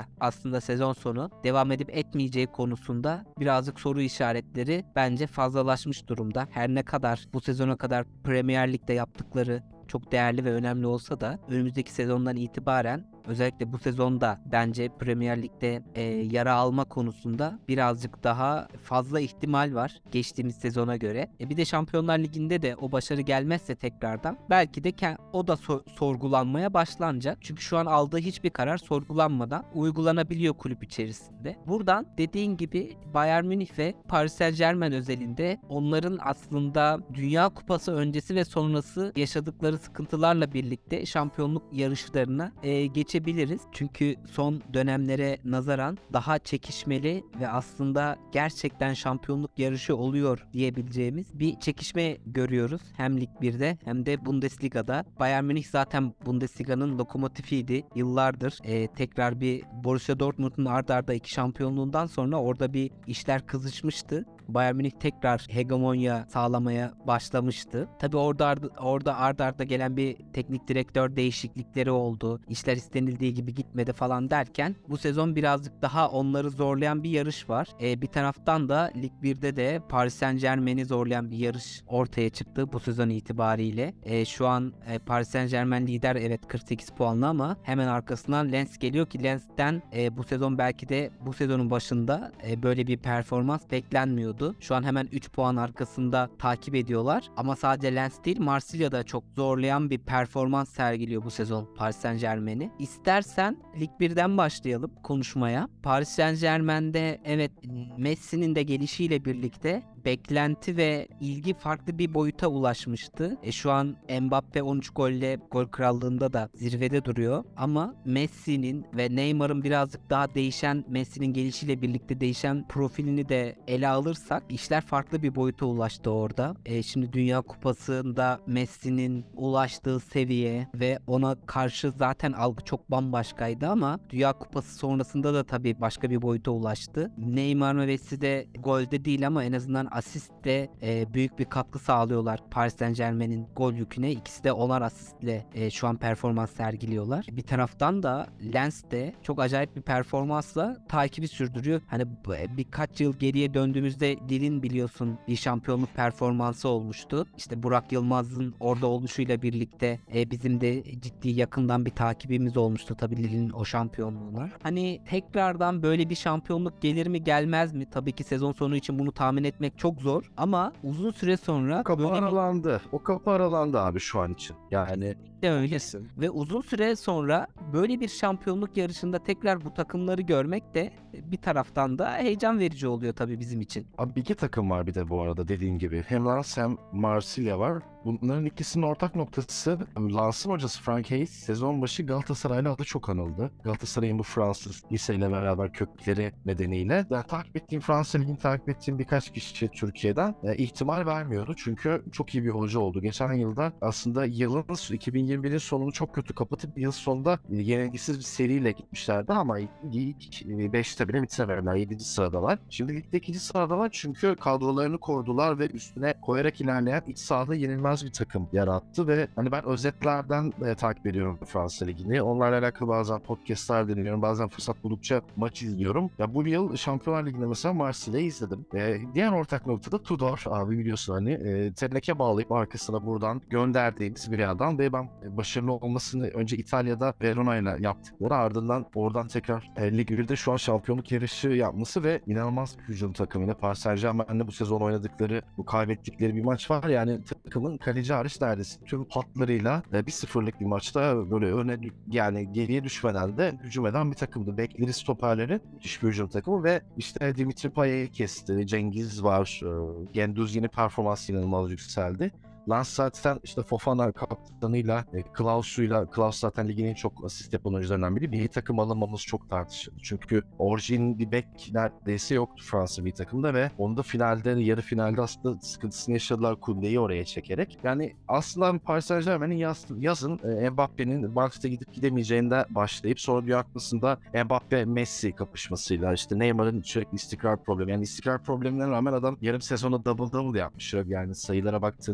aslında sezon sonu devam edip etmeyeceği konusunda birazcık soru işaretleri bence fazlalaşmış durumda. Her ne kadar bu sezona kadar Premier Lig'de yaptıkları çok değerli ve önemli olsa da önümüzdeki sezondan itibaren özellikle bu sezonda bence Premier Lig'de e, yara alma konusunda birazcık daha fazla ihtimal var geçtiğimiz sezona göre. E, bir de Şampiyonlar Ligi'nde de o başarı gelmezse tekrardan belki de ke- o da so- sorgulanmaya başlanacak. Çünkü şu an aldığı hiçbir karar sorgulanmadan uygulanabiliyor kulüp içerisinde. Buradan dediğin gibi Bayern Münih ve Paris Saint-Germain özelinde onların aslında Dünya Kupası öncesi ve sonrası yaşadıkları sıkıntılarla birlikte şampiyonluk yarışlarına e, geçebiliriz. Çünkü son dönemlere nazaran daha çekişmeli ve aslında gerçekten şampiyonluk yarışı oluyor diyebileceğimiz bir çekişme görüyoruz. Hem Lig birde hem de Bundesliga'da. Bayern Münih zaten Bundesliga'nın lokomotifiydi yıllardır. E, tekrar bir Borussia Dortmund'un ard arda iki şampiyonluğundan sonra orada bir işler kızışmıştı. Bayern Münih tekrar hegemonya sağlamaya başlamıştı. Tabii orada orada ard arda gelen bir teknik direktör değişiklikleri oldu. İşler istenildiği gibi gitmedi falan derken bu sezon birazcık daha onları zorlayan bir yarış var. Ee, bir taraftan da Lig birde de Paris Saint-Germain'i zorlayan bir yarış ortaya çıktı bu sezon itibariyle. Ee, şu an e, Paris Saint-Germain lider, evet, kırk sekiz puanlı ama hemen arkasından Lens geliyor ki Lens'ten e, bu sezon belki de bu sezonun başında e, böyle bir performans beklenmiyordu. Şu an hemen üç puan arkasında takip ediyorlar. Ama sadece Lens değil, Marsilya'da çok zorlayan bir performans sergiliyor bu sezon Paris Saint-Germain'i. İstersen Lig birden başlayalım konuşmaya. Paris Saint-Germain'de evet Messi'nin de gelişiyle birlikte beklenti ve ilgi farklı bir boyuta ulaşmıştı. E şu an Mbappe on üç golle gol krallığında da zirvede duruyor. Ama Messi'nin ve Neymar'ın birazcık daha değişen, Messi'nin gelişiyle birlikte değişen profilini de ele alırsak işler farklı bir boyuta ulaştı orada. E şimdi Dünya Kupası'nda Messi'nin ulaştığı seviye ve ona karşı zaten algı çok bambaşkaydı ama Dünya Kupası sonrasında da tabii başka bir boyuta ulaştı. Neymar ve Messi de golde değil ama en azından asistte e, büyük bir katkı sağlıyorlar Paris Saint-Germain'in gol yüküne. İkisi de onar asistle e, şu an performans sergiliyorlar. Bir taraftan da Lens de çok acayip bir performansla takibi sürdürüyor. Hani birkaç yıl geriye döndüğümüzde Lille'in biliyorsun bir şampiyonluk performansı olmuştu. İşte Burak Yılmaz'ın orada oluşuyla birlikte e, bizim de ciddi yakından bir takibimiz olmuştu tabii Lille'in o şampiyonluğuna. Hani tekrardan böyle bir şampiyonluk gelir mi gelmez mi? Tabii ki sezon sonu için bunu tahmin etmek çok zor ama uzun süre sonra O kapı böyle bir... aralandı. O kapı aralandı abi şu an için. Yani de öylesin. Ve uzun süre sonra böyle bir şampiyonluk yarışında tekrar bu takımları görmek de bir taraftan da heyecan verici oluyor tabii bizim için. abi iki takım var bir de bu arada dediğin gibi. Hem Lens hem Marsilya var. Bunların ikisinin ortak noktası Lens'ın hocası Frank Hayes sezon başı Galatasaray'la adı çok anıldı. Galatasaray'ın bu Fransız liseyle beraber kökleri nedeniyle. Ben takip ettiğim Fransız Ligi'ni takip ettiğim birkaç kişi Türkiye'den e, ihtimal vermiyordu. Çünkü çok iyi bir hoca oldu. Geçen yılda aslında yılın iki bin yirmi birin sonunu çok kötü kapatıp yıl sonunda e, yenilgisiz bir seriyle gitmişlerdi ama ilk beşte bile bitiremediler. yedinci sıradalar. Şimdi ligde ikinci sıradalar çünkü kadrolarını korudular ve üstüne koyarak ilerleyen iç sahada yenilmez bir takım yarattı ve hani ben özetlerden e, takip ediyorum Fransa Ligi'ni. Onlarla alakalı bazen podcastlar dinliyorum. Bazen fırsat buldukça maç izliyorum. Ya bu yıl Şampiyonlar Ligi'nde mesela Marsilya'yı izledim. E, diğer ortak noktada Tudor abi biliyorsun hani e, teneke bağlayıp arkasına buradan gönderdiğimiz bir adam ve ben başarılı olmasını önce İtalya'da Verona'yla yaptıkları ardından oradan tekrar e, Lig birde şu an şampiyonluk yarışı yapması ve inanılmaz bir hücum takımıyla Paris Saint-Germain'le bu sezon oynadıkları bu kaybettikleri bir maç var. Yani takımın kaleci hariç neredeyse tüm hatlarıyla e, bir sıfırlık bir maçta böyle öne yani geriye düşmeden de hücum eden bir takımdı. Bekleri stoperleri müthiş bir hücum takımı ve işte Dimitri Payet'i kesti. Cengiz var. E, Gendouzi'nin performansı inanılmaz yükseldi. Lens zaten işte Fofana kaptanıyla, e, Klaus'uyla, Klaus zaten ligin en çok asist yapan oyuncularından biri. Bir takım alınmamız çok tartışıldı. Çünkü orijin bir bek neredeyse yoktu Fransa bir takımda ve onu da finalde, yarı finalde aslında sıkıntısını yaşadılar Koundé'yi oraya çekerek. Yani aslında Paris Saint-Germain'in yaz, yazın e, Mbappe'nin Barça'da gidip gidemeyeceğinde başlayıp sonra Dünya Kupası'nda Mbappe-Messi kapışmasıyla işte Neymar'ın sürekli istikrar problemi. Yani istikrar problemine rağmen adam yarım sezonda double double yapmış. Yani sayılara baktığında e,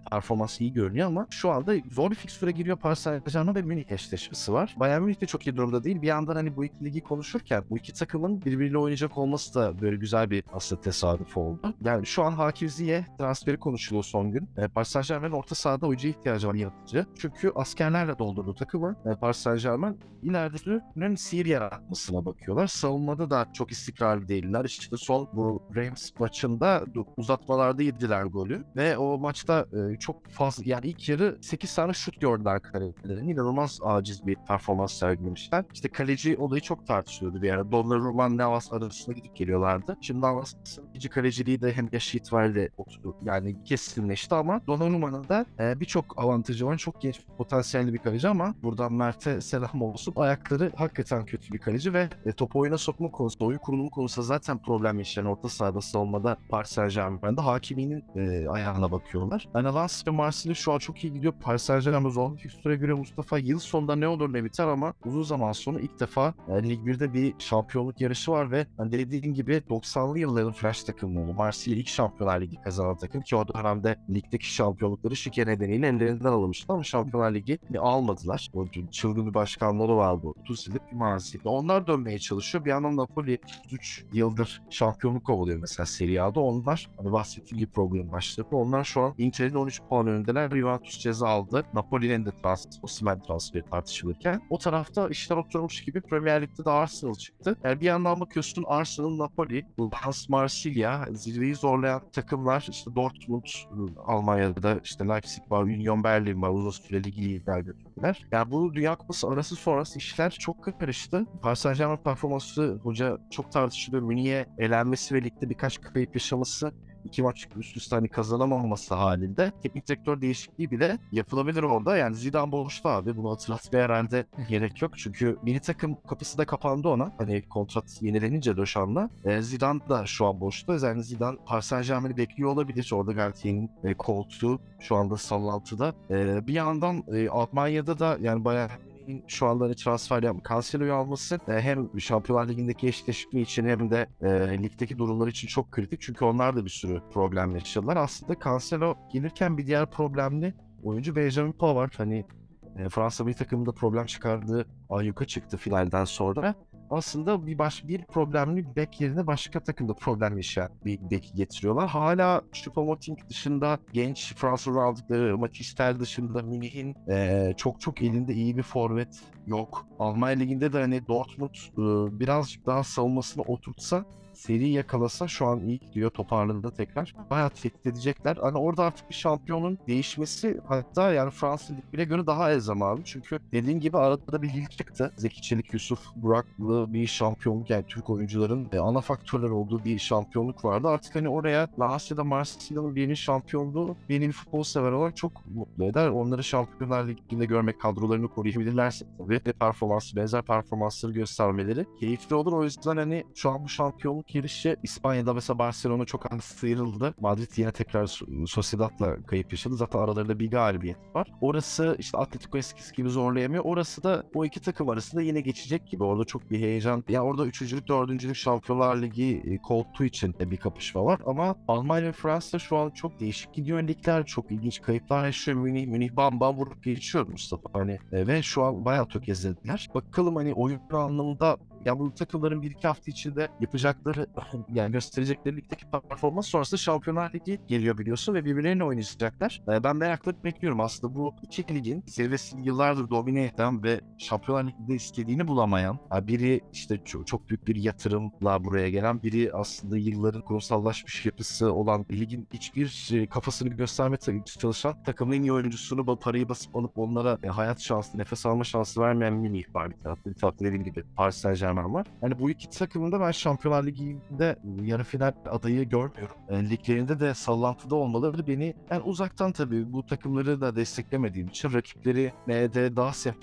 performans iyi görünüyor ama şu anda zor bir fikstüre giriyor. Paris Saint-Germain ve Münih eşleşmesi var. Bayern Münih de çok iyi durumda değil. Bir yandan hani bu iki ligi konuşurken bu iki takımın birbiriyle oynayacak olması da böyle güzel bir aslında tesadüf oldu. Yani şu an Hakim Ziyech transferi konuşuluyor son gün. E, Paris Saint-Germain'in orta sahada oyuncuya ihtiyacı var, yaratıcı. Çünkü askerlerle doldurduğu takımı e, Paris Saint-Germain ileride sihir yaratmasına bakıyorlar. Savunmada da çok istikrarlı değiller. İşte son bu Reims maçında uzatmalarda yediler golü ve o maçta e, çok fazla, yani ilk yarı sekiz tane şut gördüler kalecilerin. İnanılmaz aciz bir performans sergilemişler. İşte kaleci olayı çok tartışılıyordu bir ara. Donnarumma, Navas arasında gidip geliyorlardı. Şimdi Navas'ın ikinci kaleciliği de hem yaş itibariyle oturdu. Yani kesinleşti ama Donnarumma'nın da e, birçok avantajı var. Çok genç, potansiyelli bir kaleci ama buradan Mert'e selam olsun. Ayakları hakikaten kötü bir kaleci ve e, topu oyuna sokma konusunda, oyun kurulumu konusunda zaten problem yaşayan orta sahada, savunmada Paris Saint-Germain'de Hakimi'nin e, ayağına bakıyorlar. Yani Lens ve Marsilya şu an çok iyi gidiyor. Paris Saint-Germain zor fikstüre göre Mustafa yıl sonunda ne olur ne biter ama uzun zaman sonra ilk defa e, Lig birde bir şampiyonluk yarışı var ve hani dediğim gibi doksanlı yılların flash takımı oldu. Marsilya ilk Şampiyonlar Ligi kazanan takım ki o dönemde ligdeki şampiyonlukları şike nedeniyle ellerinden alınmıştı ama Şampiyonlar Ligi almadılar. O çılgın bir başkanları vardı. otuz yıllık bir Marsilya. Onlar dönmeye çalışıyor. Bir yandan Napoli üç yıldır şampiyonluk kovalıyor mesela Serie A'da. Onlar hani bahsettiğim gibi problem başladı. Onlar şu an Inter'in on üç puan önündeler. Juventus ceza aldı. Napoli'nin de transfer, Osimhen transferi tartışılırken. O tarafta işler oturmuş gibi Premier Lig'de de Arsenal çıktı. Yani bir yandan bakıyorsun Arsenal, Napoli, Lens, Marsilya zirveyi zorlayan takımlar. İşte Dortmund, Almanya'da işte Leipzig var, Union Berlin var. Uzun süreli lider götürdüler. Yani bu Dünya Kupası arası sonrası işler çok karıştı. Paris Saint-Germain performansı hoca çok tartışılıyor. Münih'e elenmesi ve ligde birkaç kayıp yaşaması, iki maç üst üste hani kazanamaması halinde teknik direktör değişikliği bile yapılabilir orada. Yani Zidane boşta abi. Bunu hatırlatmaya herhalde gerek yok. Çünkü mini takım kapısı da kapandı ona. Hani kontrat yenilenince Döşan'la. E, Zidane da şu an boşta. Yani Zidane Paris Saint-Germain'i bekliyor olabilir. Orada Galtier'in e, koltuğu şu anda sallantıda. E, bir yandan e, Almanya'da da yani bayağı şu anda hani transfer yapma, Cancelo'yu alması e, hem Şampiyonlar Ligi'ndeki eşleşme için hem de e, ligdeki durumlar için çok kritik. Çünkü onlar da bir sürü problem yaşadılar. Aslında Cancelo gelirken bir diğer problemli oyuncu Benjamin Pavard. Hani e, Fransa milli takımında problem çıkardığı ayyuka çıktı finalden sonra. Aslında bir baş bir problemli bek yerine başka takımda problem yaşayan bir bek getiriyorlar. Hala Choupo-Moting dışında genç Fransız aldıkları Maçister dışında Münih'in e, çok çok elinde iyi bir forvet yok. Almanya Ligi'nde de hani Dortmund e, birazcık daha savunmasını oturtsa, seri yakalasa şu an iyi gidiyor, toparladı tekrar. Bayağı tehdit edecekler. Hani orada artık bir şampiyonun değişmesi, hatta yani Fransız Ligi'ne göre daha elzem abi. Çünkü dediğim gibi arada da bir lig çıktı. Zeki Çelik, Yusuf Buraklı bir şampiyonluk, yani Türk oyuncuların e, ana faktörler olduğu bir şampiyonluk vardı. Artık hani oraya La Asya'da Marsilya'nın birinin şampiyonluğu beni bir futbol sever olarak çok mutlu eder. Onları Şampiyonlar Ligi'nde görmek, kadrolarını koruyabilirlerse tabii ve performansı, benzer performansları göstermeleri keyifli olur. O yüzden hani şu an bu şampiyonluk yarışı, İspanya'da mesela Barcelona çok az sıyrıldı. Madrid yine tekrar Sociedad'la kayıp yaşadı. Zaten aralarında bir galibiyet var. Orası işte Atletico eskisi gibi zorlayamıyor. Orası da o iki takım arasında yine geçecek gibi. Orada çok bir heyecan. Ya orada üçüncülük, dördüncülük Şampiyonlar Ligi koltuğu için bir kapışma var. Ama Almanya ve Fransa şu an çok değişik gidiyor ligler. Çok ilginç kayıplar yaşıyor. Münih, Münih bam bam vurup geçiyor Mustafa. Hani e, ve şu an bayağı tökezlediler. Bakalım hani oyun anlamında ya bu takımların bir iki hafta içinde yapacakları yani gösterecekleri ligdeki performans sonrasında Şampiyonlar Ligi geliyor biliyorsun ve birbirleriyle oynayacaklar. Ben merakla bekliyorum aslında bu iki ligin zirvesini yıllardır domine eden ve Şampiyonlar Ligi'nde istediğini bulamayan, biri işte çok, çok büyük bir yatırımla buraya gelen, biri aslında yılların kurumsallaşmış yapısı olan, ligin hiçbir kafasını göstermeye çalışan takımın en iyi oyuncusunu parayı basıp alıp onlara hayat şansı, nefes alma şansı vermeyen Münih var bir tarafta. Bir tarafta dediğim gibi Paris Saint-Germain var. Yani bu iki takımın da ben Şampiyonlar Ligi'nde yarı final adayı görmüyorum. E, liglerinde de sallantıda olmaları beni, yani uzaktan tabii bu takımları da desteklemediğim için rakipleri de daha sempati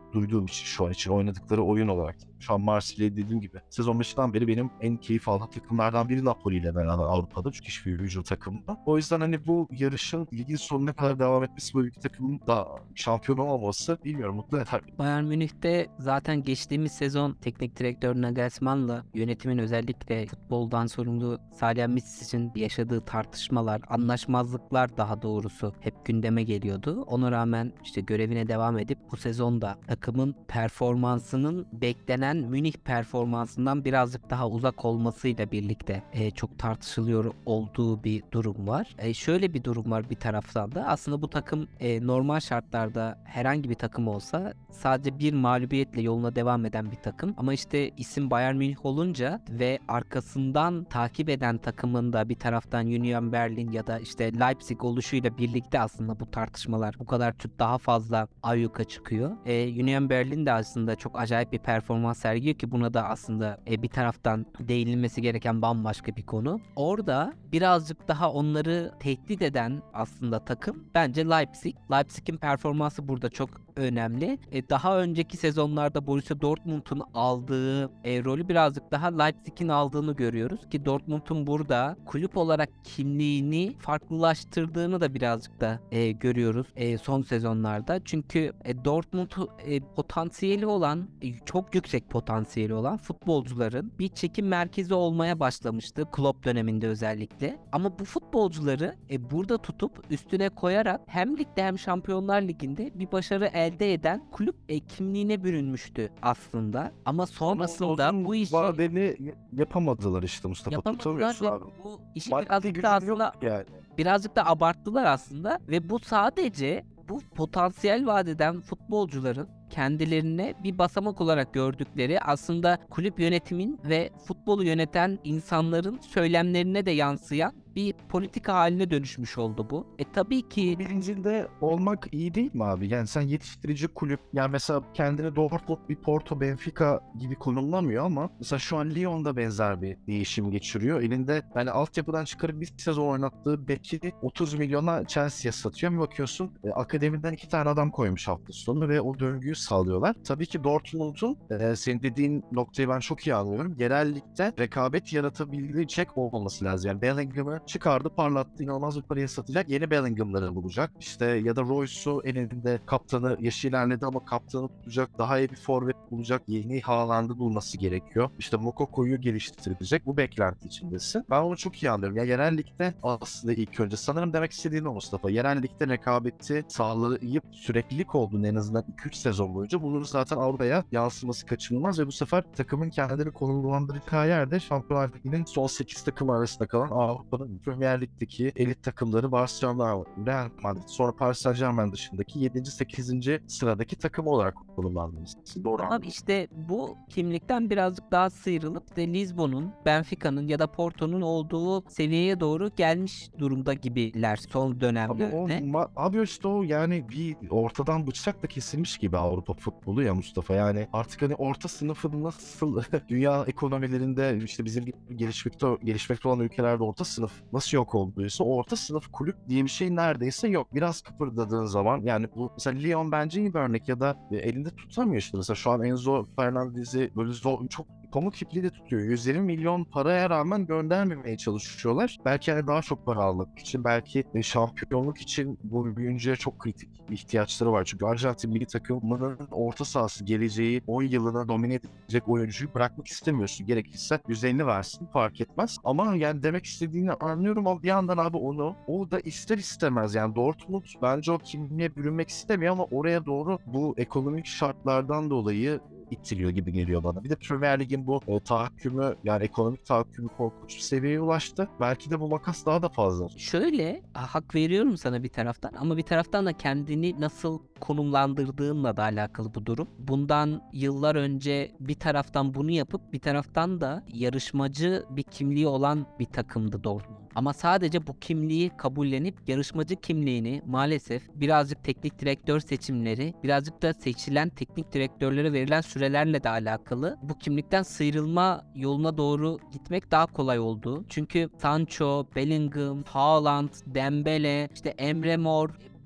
duyduğum için şu an için oynadıkları oyun olarak. Şu an Marsilya dediğim gibi sezon başından beri benim en keyif aldığım takımlardan biri Napoli ile beraber Avrupa'da. Çünkü hiçbir hücum takımda. O yüzden hani bu yarışın ligin sonuna kadar devam etmesi, böyle bir takımın da şampiyon olmaması bilmiyorum, mutlu eder. Bayern Münih'te zaten geçtiğimiz sezon teknik direktör Nagelsmann'la yönetimin özellikle futboldan sorumlu Salihamidzic'in yaşadığı tartışmalar, anlaşmazlıklar daha doğrusu hep gündeme geliyordu. Ona rağmen işte görevine devam edip bu sezonda takımın performansının beklenen Münih performansından birazcık daha uzak olmasıyla birlikte e, çok tartışılıyor olduğu bir durum var. E, şöyle bir durum var bir taraftan da. Aslında bu takım e, normal şartlarda herhangi bir takım olsa sadece bir mağlubiyetle yoluna devam eden bir takım. Ama işte isim Bayern Münih olunca ve arkasından takip eden takımın da bir taraftan Union Berlin ya da işte Leipzig oluşuyla birlikte aslında bu tartışmalar bu kadar çok daha fazla ayyuka çıkıyor. E, Union Berlin de aslında çok acayip bir performans sergiliyor ki buna da aslında e, bir taraftan değinilmesi gereken bambaşka bir konu. Orada birazcık daha onları tehdit eden aslında takım bence Leipzig. Leipzig'in performansı burada çok önemli. E, daha önceki sezonlarda Borussia Dortmund'un aldığı e, rolü birazcık daha Leipzig'in aldığını görüyoruz ki Dortmund'un burada kulüp olarak kimliğini farklılaştırdığını da birazcık da e, görüyoruz e, son sezonlarda. Çünkü e, Dortmund e, potansiyeli olan, e, çok yüksek potansiyeli olan futbolcuların bir çekim merkezi olmaya başlamıştı Klopp döneminde özellikle. Ama bu futbolcuları e, burada tutup üstüne koyarak hem ligde hem Şampiyonlar Ligi'nde bir başarı elde eden kulüp e, kimliğine bürünmüştü aslında. Ama sonrasında bu işi vadeli yapamadılar işte Mustafa. yapamadılar Tutamıyorsun ve abi. bu işi Maddi birazcık gücün da yok aslında yani. birazcık da abarttılar aslında ve bu sadece bu potansiyel vadeden futbolcuların kendilerine bir basamak olarak gördükleri aslında kulüp yönetimin ve futbolu yöneten insanların söylemlerine de yansıyan bir politika haline dönüşmüş oldu bu. E tabii ki Bilincinde olmak iyi değil mi abi? Yani sen yetiştirici kulüp, yani mesela kendini Dortmund, bir Porto, Benfica gibi konumlamıyor ama mesela şu an Lyon'da benzer bir değişim geçiriyor. Elinde yani altyapıdan çıkarıp bir sezon oynattığı beki otuz milyona Chelsea'ye satıyor. Bir bakıyorsun e, akademiden iki tane adam koymuş hafta sonu ve o döngüyü sağlıyorlar. Tabii ki Dortmund'un e, senin dediğin noktayı ben çok iyi anlıyorum. Yerel ligde rekabet yaratabilecek olması lazım. Yani Bellingham'ı çıkardı, parlattı, inanılmaz bir paraya satacak. Yeni Bellingham'ları bulacak. İşte ya da Royce'u elinde, kaptanı yaşı ilerledi ama kaptanı tutacak. Daha iyi bir forvet bulacak. Yeni Haaland'ı bulması gerekiyor. İşte Moukokou'yu geliştirecek. Bu beklenti içindesin. Ben onu çok iyi anlıyorum. Ya yerel ligde aslında ilk önce sanırım demek istediğin o Mustafa. Yerel ligde rekabeti sağlayıp süreklilik olduğunu en azından iki üç sezon boyunca bunun zaten Avrupa'ya yansıması kaçınılmaz ve bu sefer takımın kendini konumlandıracağı yerde Şampiyonlar Ligi'nin son sekiz takım arasında kalan Avrupa'nın Premier Lig'deki elit takımları Barcelona, Real Madrid, sonra Paris Saint-Germain dışındaki yedinci sekizinci sıradaki takım olarak konumlandırılması. Doğru. ama işte bu kimlikten birazcık daha sıyrılıp işte Lizbon'un, Benfica'nın ya da Porto'nun olduğu seviyeye doğru gelmiş durumda gibiler son Abi, dönemlerde. o, ma- abi işte o yani bir ortadan bıçak da kesilmiş gibi Avrupa futbolu ya Mustafa. Yani artık hani orta sınıfın nasıl dünya ekonomilerinde işte bizim gibi gelişmekte, gelişmekte olan ülkelerde orta sınıf nasıl yok olduysa orta sınıf kulüp diye bir şey neredeyse yok. Biraz kıpırdadığın zaman yani bu mesela Lyon bence iyi bir örnek ya da e, elinde tutamıyor işte. Mesela şu an Enzo Fernandez'i böyle zor, çok pamuk ipliği de tutuyor. yüz yirmi milyon paraya rağmen göndermemeye çalışıyorlar. Belki hani daha çok para almak için, belki e, şampiyonluk için bu oyuncuya çok kritik bir ihtiyaçları var. Çünkü Arjantin milli takımının orta sahası geleceği on yılına domine edecek oyuncuyu bırakmak istemiyorsun. Gerekirse yüz elli versin, fark etmez. Ama yani demek istediğini anlıyorum ama bir yandan abi onu o da ister istemez yani Dortmund bence o kimliğe bürünmek istemiyor ama oraya doğru bu ekonomik şartlardan dolayı itiliyor gibi geliyor bana. Bir de Premier Lig'in bu e, tahakkümü, yani ekonomik tahakkümü korkunç bir seviyeye ulaştı. Belki de bu makas daha da fazla. Şöyle hak veriyorum sana bir taraftan ama bir taraftan da kendini nasıl konumlandırdığınla da alakalı bu durum. Bundan yıllar önce bir taraftan bunu yapıp bir taraftan da yarışmacı bir kimliği olan bir takımdı Dortmund. Ama sadece bu kimliği kabullenip yarışmacı kimliğini maalesef birazcık teknik direktör seçimleri, birazcık da seçilen teknik direktörlere verilen sürelerle de alakalı bu kimlikten sıyrılma yoluna doğru gitmek daha kolay oldu. Çünkü Sancho, Bellingham, Haaland, Dembele, işte Emre Mor,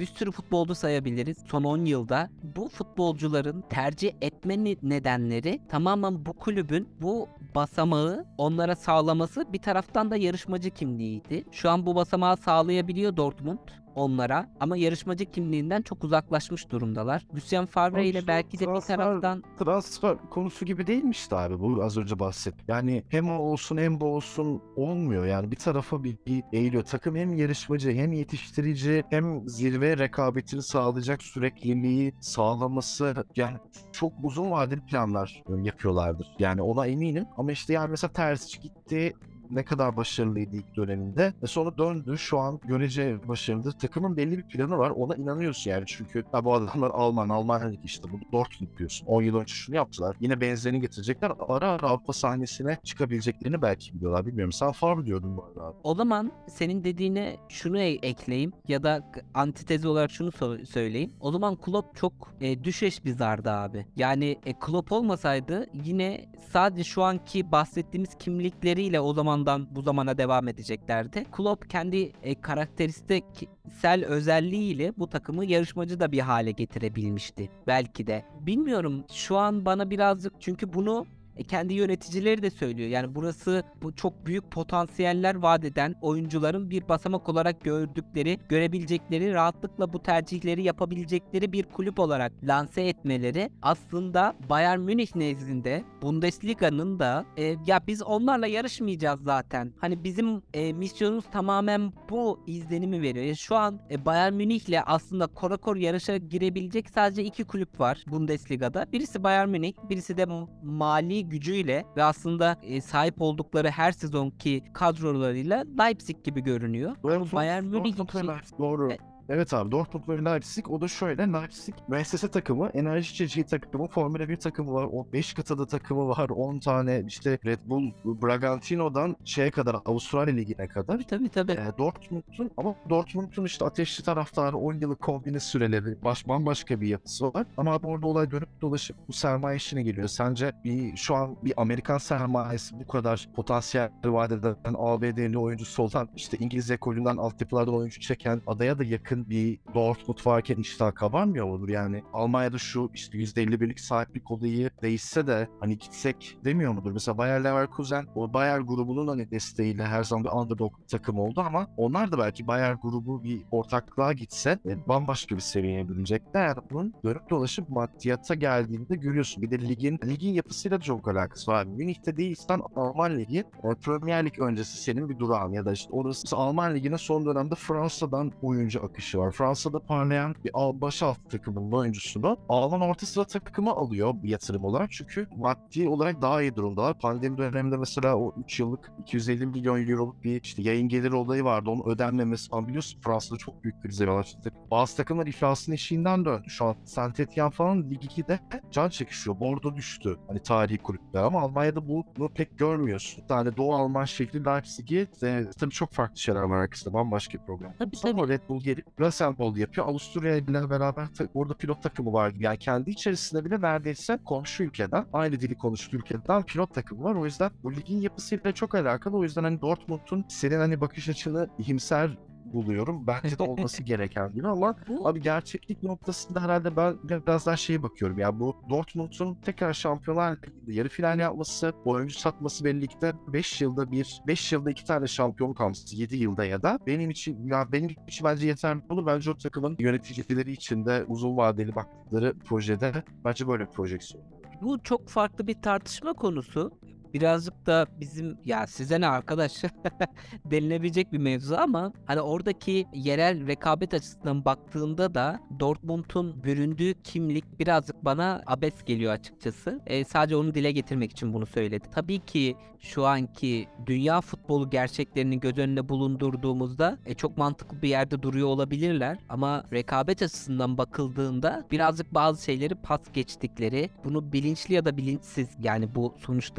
bir sürü futbolcu sayabiliriz son on yılda. Bu futbolcuların tercih etme ne- nedenleri tamamen bu kulübün bu basamağı onlara sağlaması, bir taraftan da yarışmacı kimliğiydi. Şu an bu basamağı sağlayabiliyor Dortmund onlara ama yarışmacı kimliğinden çok uzaklaşmış durumdalar. Lucien Favre ile belki de bir Transfer- taraftan transfer konusu gibi değilmişti abi bu az önce bahset. Yani hem o olsun hem bu olsun olmuyor. Yani bir tarafa bir, bir eğiliyor. Takım hem yarışmacı hem yetiştirici hem zirve rekabetini sağlayacak sürekliliği sağlaması, yani çok uzun vadeli planlar yapıyorlardır. Yani ona eminim ama işte yani mesela Terzic gitti, ne kadar başarılıydı ilk döneminde. E sonra döndü. Şu an görece başarılı. Takımın belli bir planı var. Ona inanıyorsun yani. Çünkü ha, bu adamlar Alman. Almanya'daki işte bunu Dortmund yapıyorsun. on yıl önce şunu yaptılar. Yine benzerini getirecekler. Ara ara Avrupa sahnesine çıkabileceklerini belki biliyorlar. Bilmiyorum. Sen Favre diyordun bu arada abi. o zaman senin dediğine şunu e- ekleyeyim ya da k- antitezi olarak şunu so- söyleyeyim. O zaman Klopp çok e, düşeş bir zardı abi. Yani e, Klopp olmasaydı yine sadece şu anki bahsettiğimiz kimlikleriyle o zamandan bu zamana devam edeceklerdi. Klopp kendi e, karakteristiksel özelliğiyle bu takımı yarışmacı da bir hale getirebilmişti. Belki de. Bilmiyorum, şu an bana birazcık, çünkü bunu E, kendi yöneticileri de söylüyor. Yani burası bu çok büyük potansiyeller vaat eden oyuncuların bir basamak olarak gördükleri, görebilecekleri, rahatlıkla bu tercihleri yapabilecekleri bir kulüp olarak lanse etmeleri aslında Bayern Münih nezdinde Bundesliga'nın da e, ya biz onlarla yarışmayacağız zaten. Hani bizim e, misyonumuz tamamen bu izlenimi veriyor. Ya şu an e, Bayern Münih'le aslında korakor yarışa girebilecek sadece iki kulüp var Bundesliga'da. Birisi Bayern Münih, birisi de mali gücüyle ve aslında e, sahip oldukları her sezonki kadrolarıyla Leipzig gibi görünüyor. Dortmund- Bayern Münih Dortmund için- ve Leipzig, doğru. E- Evet abi, Dortmund ve Leipzig, o da şöyle: Leipzig müessese takımı, enerji içeceği takımı, Formula bir takımı var, o beş kıtada takımı var, on tane işte Red Bull Bragantino'dan şeye kadar, Avustralya Ligi'ne kadar. Tabii tabii. E, Dortmund'un ama Dortmund'un işte ateşli taraftarı, on yıllık kombine süreleri, baş, bambaşka bir yapısı var. Ama abi orada olay dönüp dolaşıp bu sermaye işine geliyor. Sence bir şu an bir Amerikan sermayesi bu kadar potansiyel vaat eden, A B D'li oyuncusu olan, işte İngiliz ekolünden altyapılardan oyuncu çeken adaya da yakın bir Dortmund varken iştah kabarmıyor mudur? Yani Almanya'da şu işte yüzde elli birlik sahiplik olayı değişse de hani gitsek demiyor mudur? Mesela Bayer Leverkusen o Bayer grubunun hani desteğiyle her zaman bir underdog takım oldu ama onlar da belki Bayer grubu bir ortaklığa gitse e, bambaşka bir seviyeye bürünecekler. Yani bunun dönüp dolaşıp maddiyata geldiğinde görüyorsun. Bir de ligin ligin yapısıyla da çok alakası var. Münih'te değilsen Alman Ligi, e, Premier Lig öncesi senin bir durağın, ya da işte orası Alman Ligi'ne son dönemde Fransa'dan oyuncu akışı var. Fransa'da parlayan bir al baş alt takımın oyuncusunu Alman orta sıra takımı alıyor bir yatırım olarak. Çünkü maddi olarak daha iyi durumdalar. Pandemi döneminde mesela o üç yıllık iki yüz elli milyon euroluk bir işte yayın geliri olayı vardı. Onun ödenmemesi falan, biliyorsun Fransa'da çok büyük krize yol açtı. Bazı takımlar iflasın eşiğinden döndü. Şu an Saint Etienne falan Lig iki'de can çekişiyor. Bordo düştü. Hani tarihi kulüpler, ama Almanya'da bu, bunu pek görmüyorsun. Bir tane Doğu Alman şehri Leipzig'i, e, tabii çok farklı şeyler var arkasında. Bambaşka bir program. Tabii, Sonra tabii. Red Bull gelip Rasenball yapıyor. Avusturya ile beraber ta- orada pilot takımı var. Yani kendi içerisinde bile neredeyse komşu ülkeden, aynı dili konuştuğu ülkeden pilot takımı var. O yüzden bu ligin yapısıyla çok alakalı. O yüzden hani Dortmund'un senin hani bakış açını iyimser buluyorum. Bence de olması gereken gibi, ama Bu- abi gerçeklik noktasında herhalde ben biraz daha şeye bakıyorum ya, bu Dortmund'un tekrar Şampiyonlar Ligi'nde yarı final yapması, oyuncu satması ve ligde beş yılda bir, beş yılda iki tane şampiyonluk alması, yedi yılda ya da benim için, ya benim için bence yeterli olur. Bence o takımın yöneticileri için de uzun vadeli baktıkları projede bence böyle bir projeksiyon. Bu çok farklı bir tartışma konusu. Birazcık da bizim ya size ne arkadaş denilebilecek bir mevzu, ama hani oradaki yerel rekabet açısından baktığında da Dortmund'un büründüğü kimlik birazcık bana abes geliyor açıkçası. E, sadece onu dile getirmek için bunu söyledi. Tabii ki şu anki dünya futbolu gerçeklerini göz önüne bulundurduğumuzda e, çok mantıklı bir yerde duruyor olabilirler, ama rekabet açısından bakıldığında birazcık bazı şeyleri pas geçtikleri, bunu bilinçli ya da bilinçsiz, yani bu sonuçta orada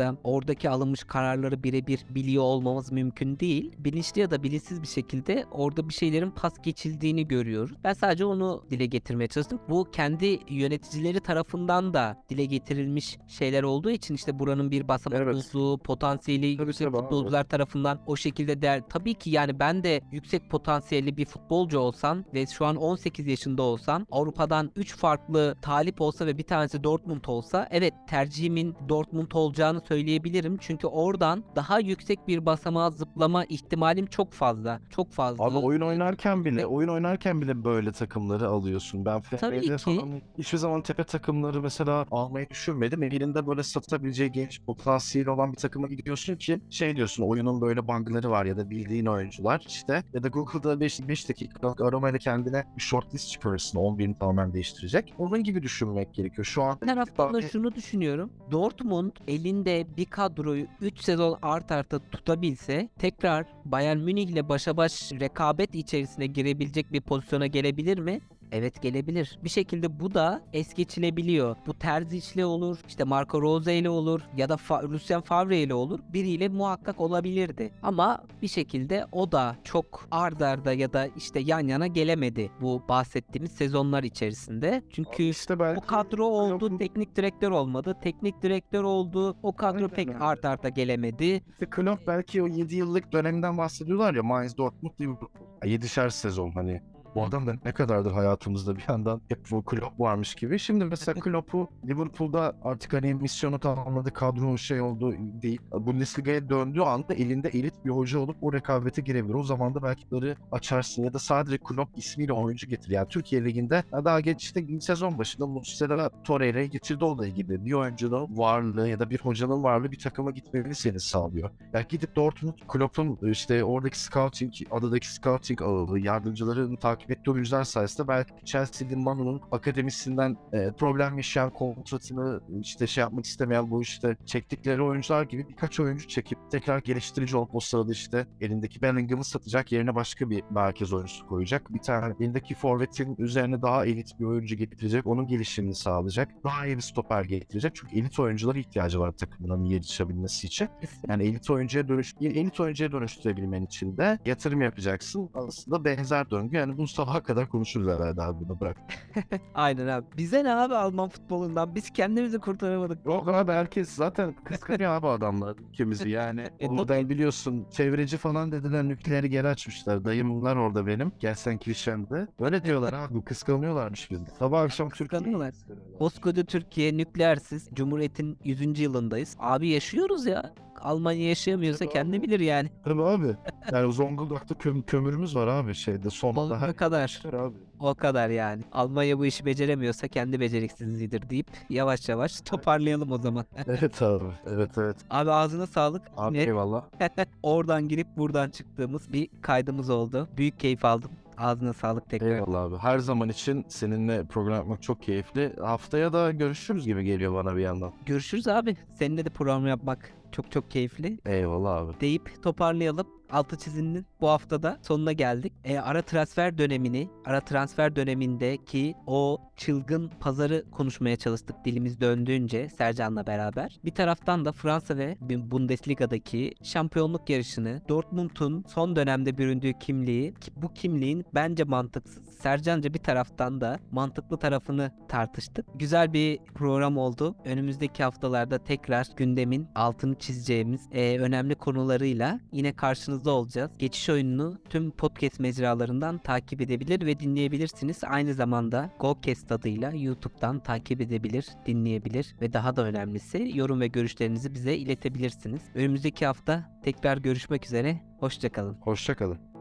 oradaki alınmış kararları birebir biliyor olmamız mümkün değil. Bilinçli ya da bilinçsiz bir şekilde orada bir şeylerin pas geçildiğini görüyoruz. Ben sadece onu dile getirmeye çalıştım. Bu kendi yöneticileri tarafından da dile getirilmiş şeyler olduğu için işte buranın bir basamaklısı, Evet. potansiyeli Tabii yüksek tabii abi. futbolcular tarafından o şekilde değer. Tabii ki yani ben de yüksek potansiyelli bir futbolcu olsam ve şu an on sekiz yaşında olsam, Avrupa'dan üç farklı talip olsa ve bir tanesi Dortmund olsa, evet tercihimin Dortmund olacağını söyleyebilirim. Çünkü oradan daha yüksek bir basamağa zıplama ihtimalim çok fazla. Çok fazla. Abi oyun oynarken bile, oyun oynarken bile böyle takımları alıyorsun. Ben Tabii F M'de ki. falan hiçbir zaman tepe takımları mesela almayı düşünmedim. Elinde böyle satabileceği genç potansiyeli olan bir takıma gidiyorsun ki şey diyorsun, oyunun böyle bug'ları var ya da bildiğin oyuncular işte, ya da Google'da beş dakikalık aramayla kendine bir shortlist çıkarırsın, on birini tamamen değiştirecek. Onun gibi düşünmek gerekiyor. Şu an Bir taraftan da şunu düşünüyorum. Dortmund elinde bir kadroyu üç sezon art arta tutabilse tekrar Bayern Münih ile başa baş rekabet içerisine girebilecek bir pozisyona gelebilir mi? Evet, gelebilir. Bir şekilde bu da es geçilebiliyor. Bu Terzic ile olur, işte Marco Rose ile olur ya da Fa- Lucien Favre ile olur. Biriyle muhakkak olabilirdi. Ama bir şekilde o da çok ard arda ya da işte yan yana gelemedi bu bahsettiğimiz sezonlar içerisinde. Çünkü işte belki o kadro oldu, Klopp'un- teknik direktör olmadı. Teknik direktör oldu, o kadro Aynen pek öyle. art arda gelemedi. İşte Klopp belki o yedi yıllık dönemden bahsediyorlar ya, Mainz, Dortmund, Liverpool. yedişer sezon hani. Bu adam da ne kadardır hayatımızda bir yandan hep bu Klopp varmış gibi. Şimdi mesela Klopp'u Liverpool'da artık hani misyonu tamamladı, kadro şey oldu değil. Bundesliga'ya döndüğü anda elinde elit bir hoca olup o rekabete girebilir. O zaman da belki böyle açarsın ya da sadece Klopp ismiyle oyuncu getir. Yani Türkiye Ligi'nde daha geç işte sezon başında Muslera Torreira'yı getirdi olayı gibi. Bir oyuncunun varlığı ya da bir hocanın varlığı bir takıma gitmeni seni sağlıyor. Yani gidip Dortmund, Klopp'un işte oradaki scouting, adadaki scouting ağı, yardımcıların takip ettiği oyuncular sayesinde belki Chelsea'nin Manu'nun akademisinden e, problem yaşayan, kontratını işte şey yapmak istemeyen, bu işte çektikleri oyuncular gibi birkaç oyuncu çekip tekrar geliştirici olup o sırada işte elindeki Bellingham'ı satacak, yerine başka bir merkez oyuncusu koyacak. Bir tane elindeki forvetin üzerine daha elit bir oyuncu getirecek, onun gelişimini sağlayacak. Daha iyi bir stoper getirecek. Çünkü elit oyunculara ihtiyacı var takımının gelişebilmesi için. Yani elit oyuncuya dönüş, elit oyuncuya dönüştürebilmen için de yatırım yapacaksın. Aslında benzer döngü. Yani bunu sabaha kadar konuşuruz herhalde abi, bunu bırak. Aynen abi. Bize ne abi Alman futbolundan? Biz kendimizi kurtaramadık. Yok abi, herkes zaten kıskanıyor abi adamlar ülkemizi yani. E, Oradan biliyorsun çevreci falan dediler, nükleeri geri açmışlar. Dayımlar orada benim. Gelsen Kirşen'de. Böyle diyorlar abi, kıskanıyorlarmış bizi. Sabah akşam Kıskanıyorlar. Türkiye'yi Koskoca Türkiye nükleersiz Cumhuriyet'in yüzüncü yılındayız. Abi yaşıyoruz ya. Almanya yaşayamıyorsa Tabii kendi abi. bilir yani. Tabii abi. Yani Zonguldak'ta köm- kömürümüz var abi şeyde sonunda. O kadar. Abi. O kadar yani. Almanya bu işi beceremiyorsa kendi beceriksizliğidir deyip yavaş yavaş toparlayalım o zaman. Evet abi. Evet evet. Abi ağzına sağlık. Abi Yine eyvallah. oradan girip buradan çıktığımız bir kaydımız oldu. Büyük keyif aldım. Ağzına sağlık tekrar. Eyvallah abi. Her zaman için seninle program yapmak çok keyifli. Haftaya da görüşürüz gibi geliyor bana bir yandan. Görüşürüz abi. Seninle de program yapmak çok çok keyifli. Eyvallah abi. Deyip toparlayalım. Altı çizinin bu haftada sonuna geldik. E, ara transfer dönemini, ara transfer dönemindeki o çılgın pazarı konuşmaya çalıştık dilimiz döndüğünce Sercan'la beraber. Bir taraftan da Fransa ve Bundesliga'daki şampiyonluk yarışını, Dortmund'un son dönemde büründüğü kimliği, ki bu kimliğin bence mantıksız, Sercan'ca bir taraftan da mantıklı tarafını tartıştık. Güzel bir program oldu. Önümüzdeki haftalarda tekrar gündemin altını çizeceğimiz e, önemli konularıyla yine karşınızda olacağız. Geçiş Oyununu tüm podcast mecralarından takip edebilir ve dinleyebilirsiniz. Aynı zamanda Gocast adıyla YouTube'dan takip edebilir, dinleyebilir ve daha da önemlisi yorum ve görüşlerinizi bize iletebilirsiniz. Önümüzdeki hafta tekrar görüşmek üzere. Hoşça kalın. Hoşça kalın.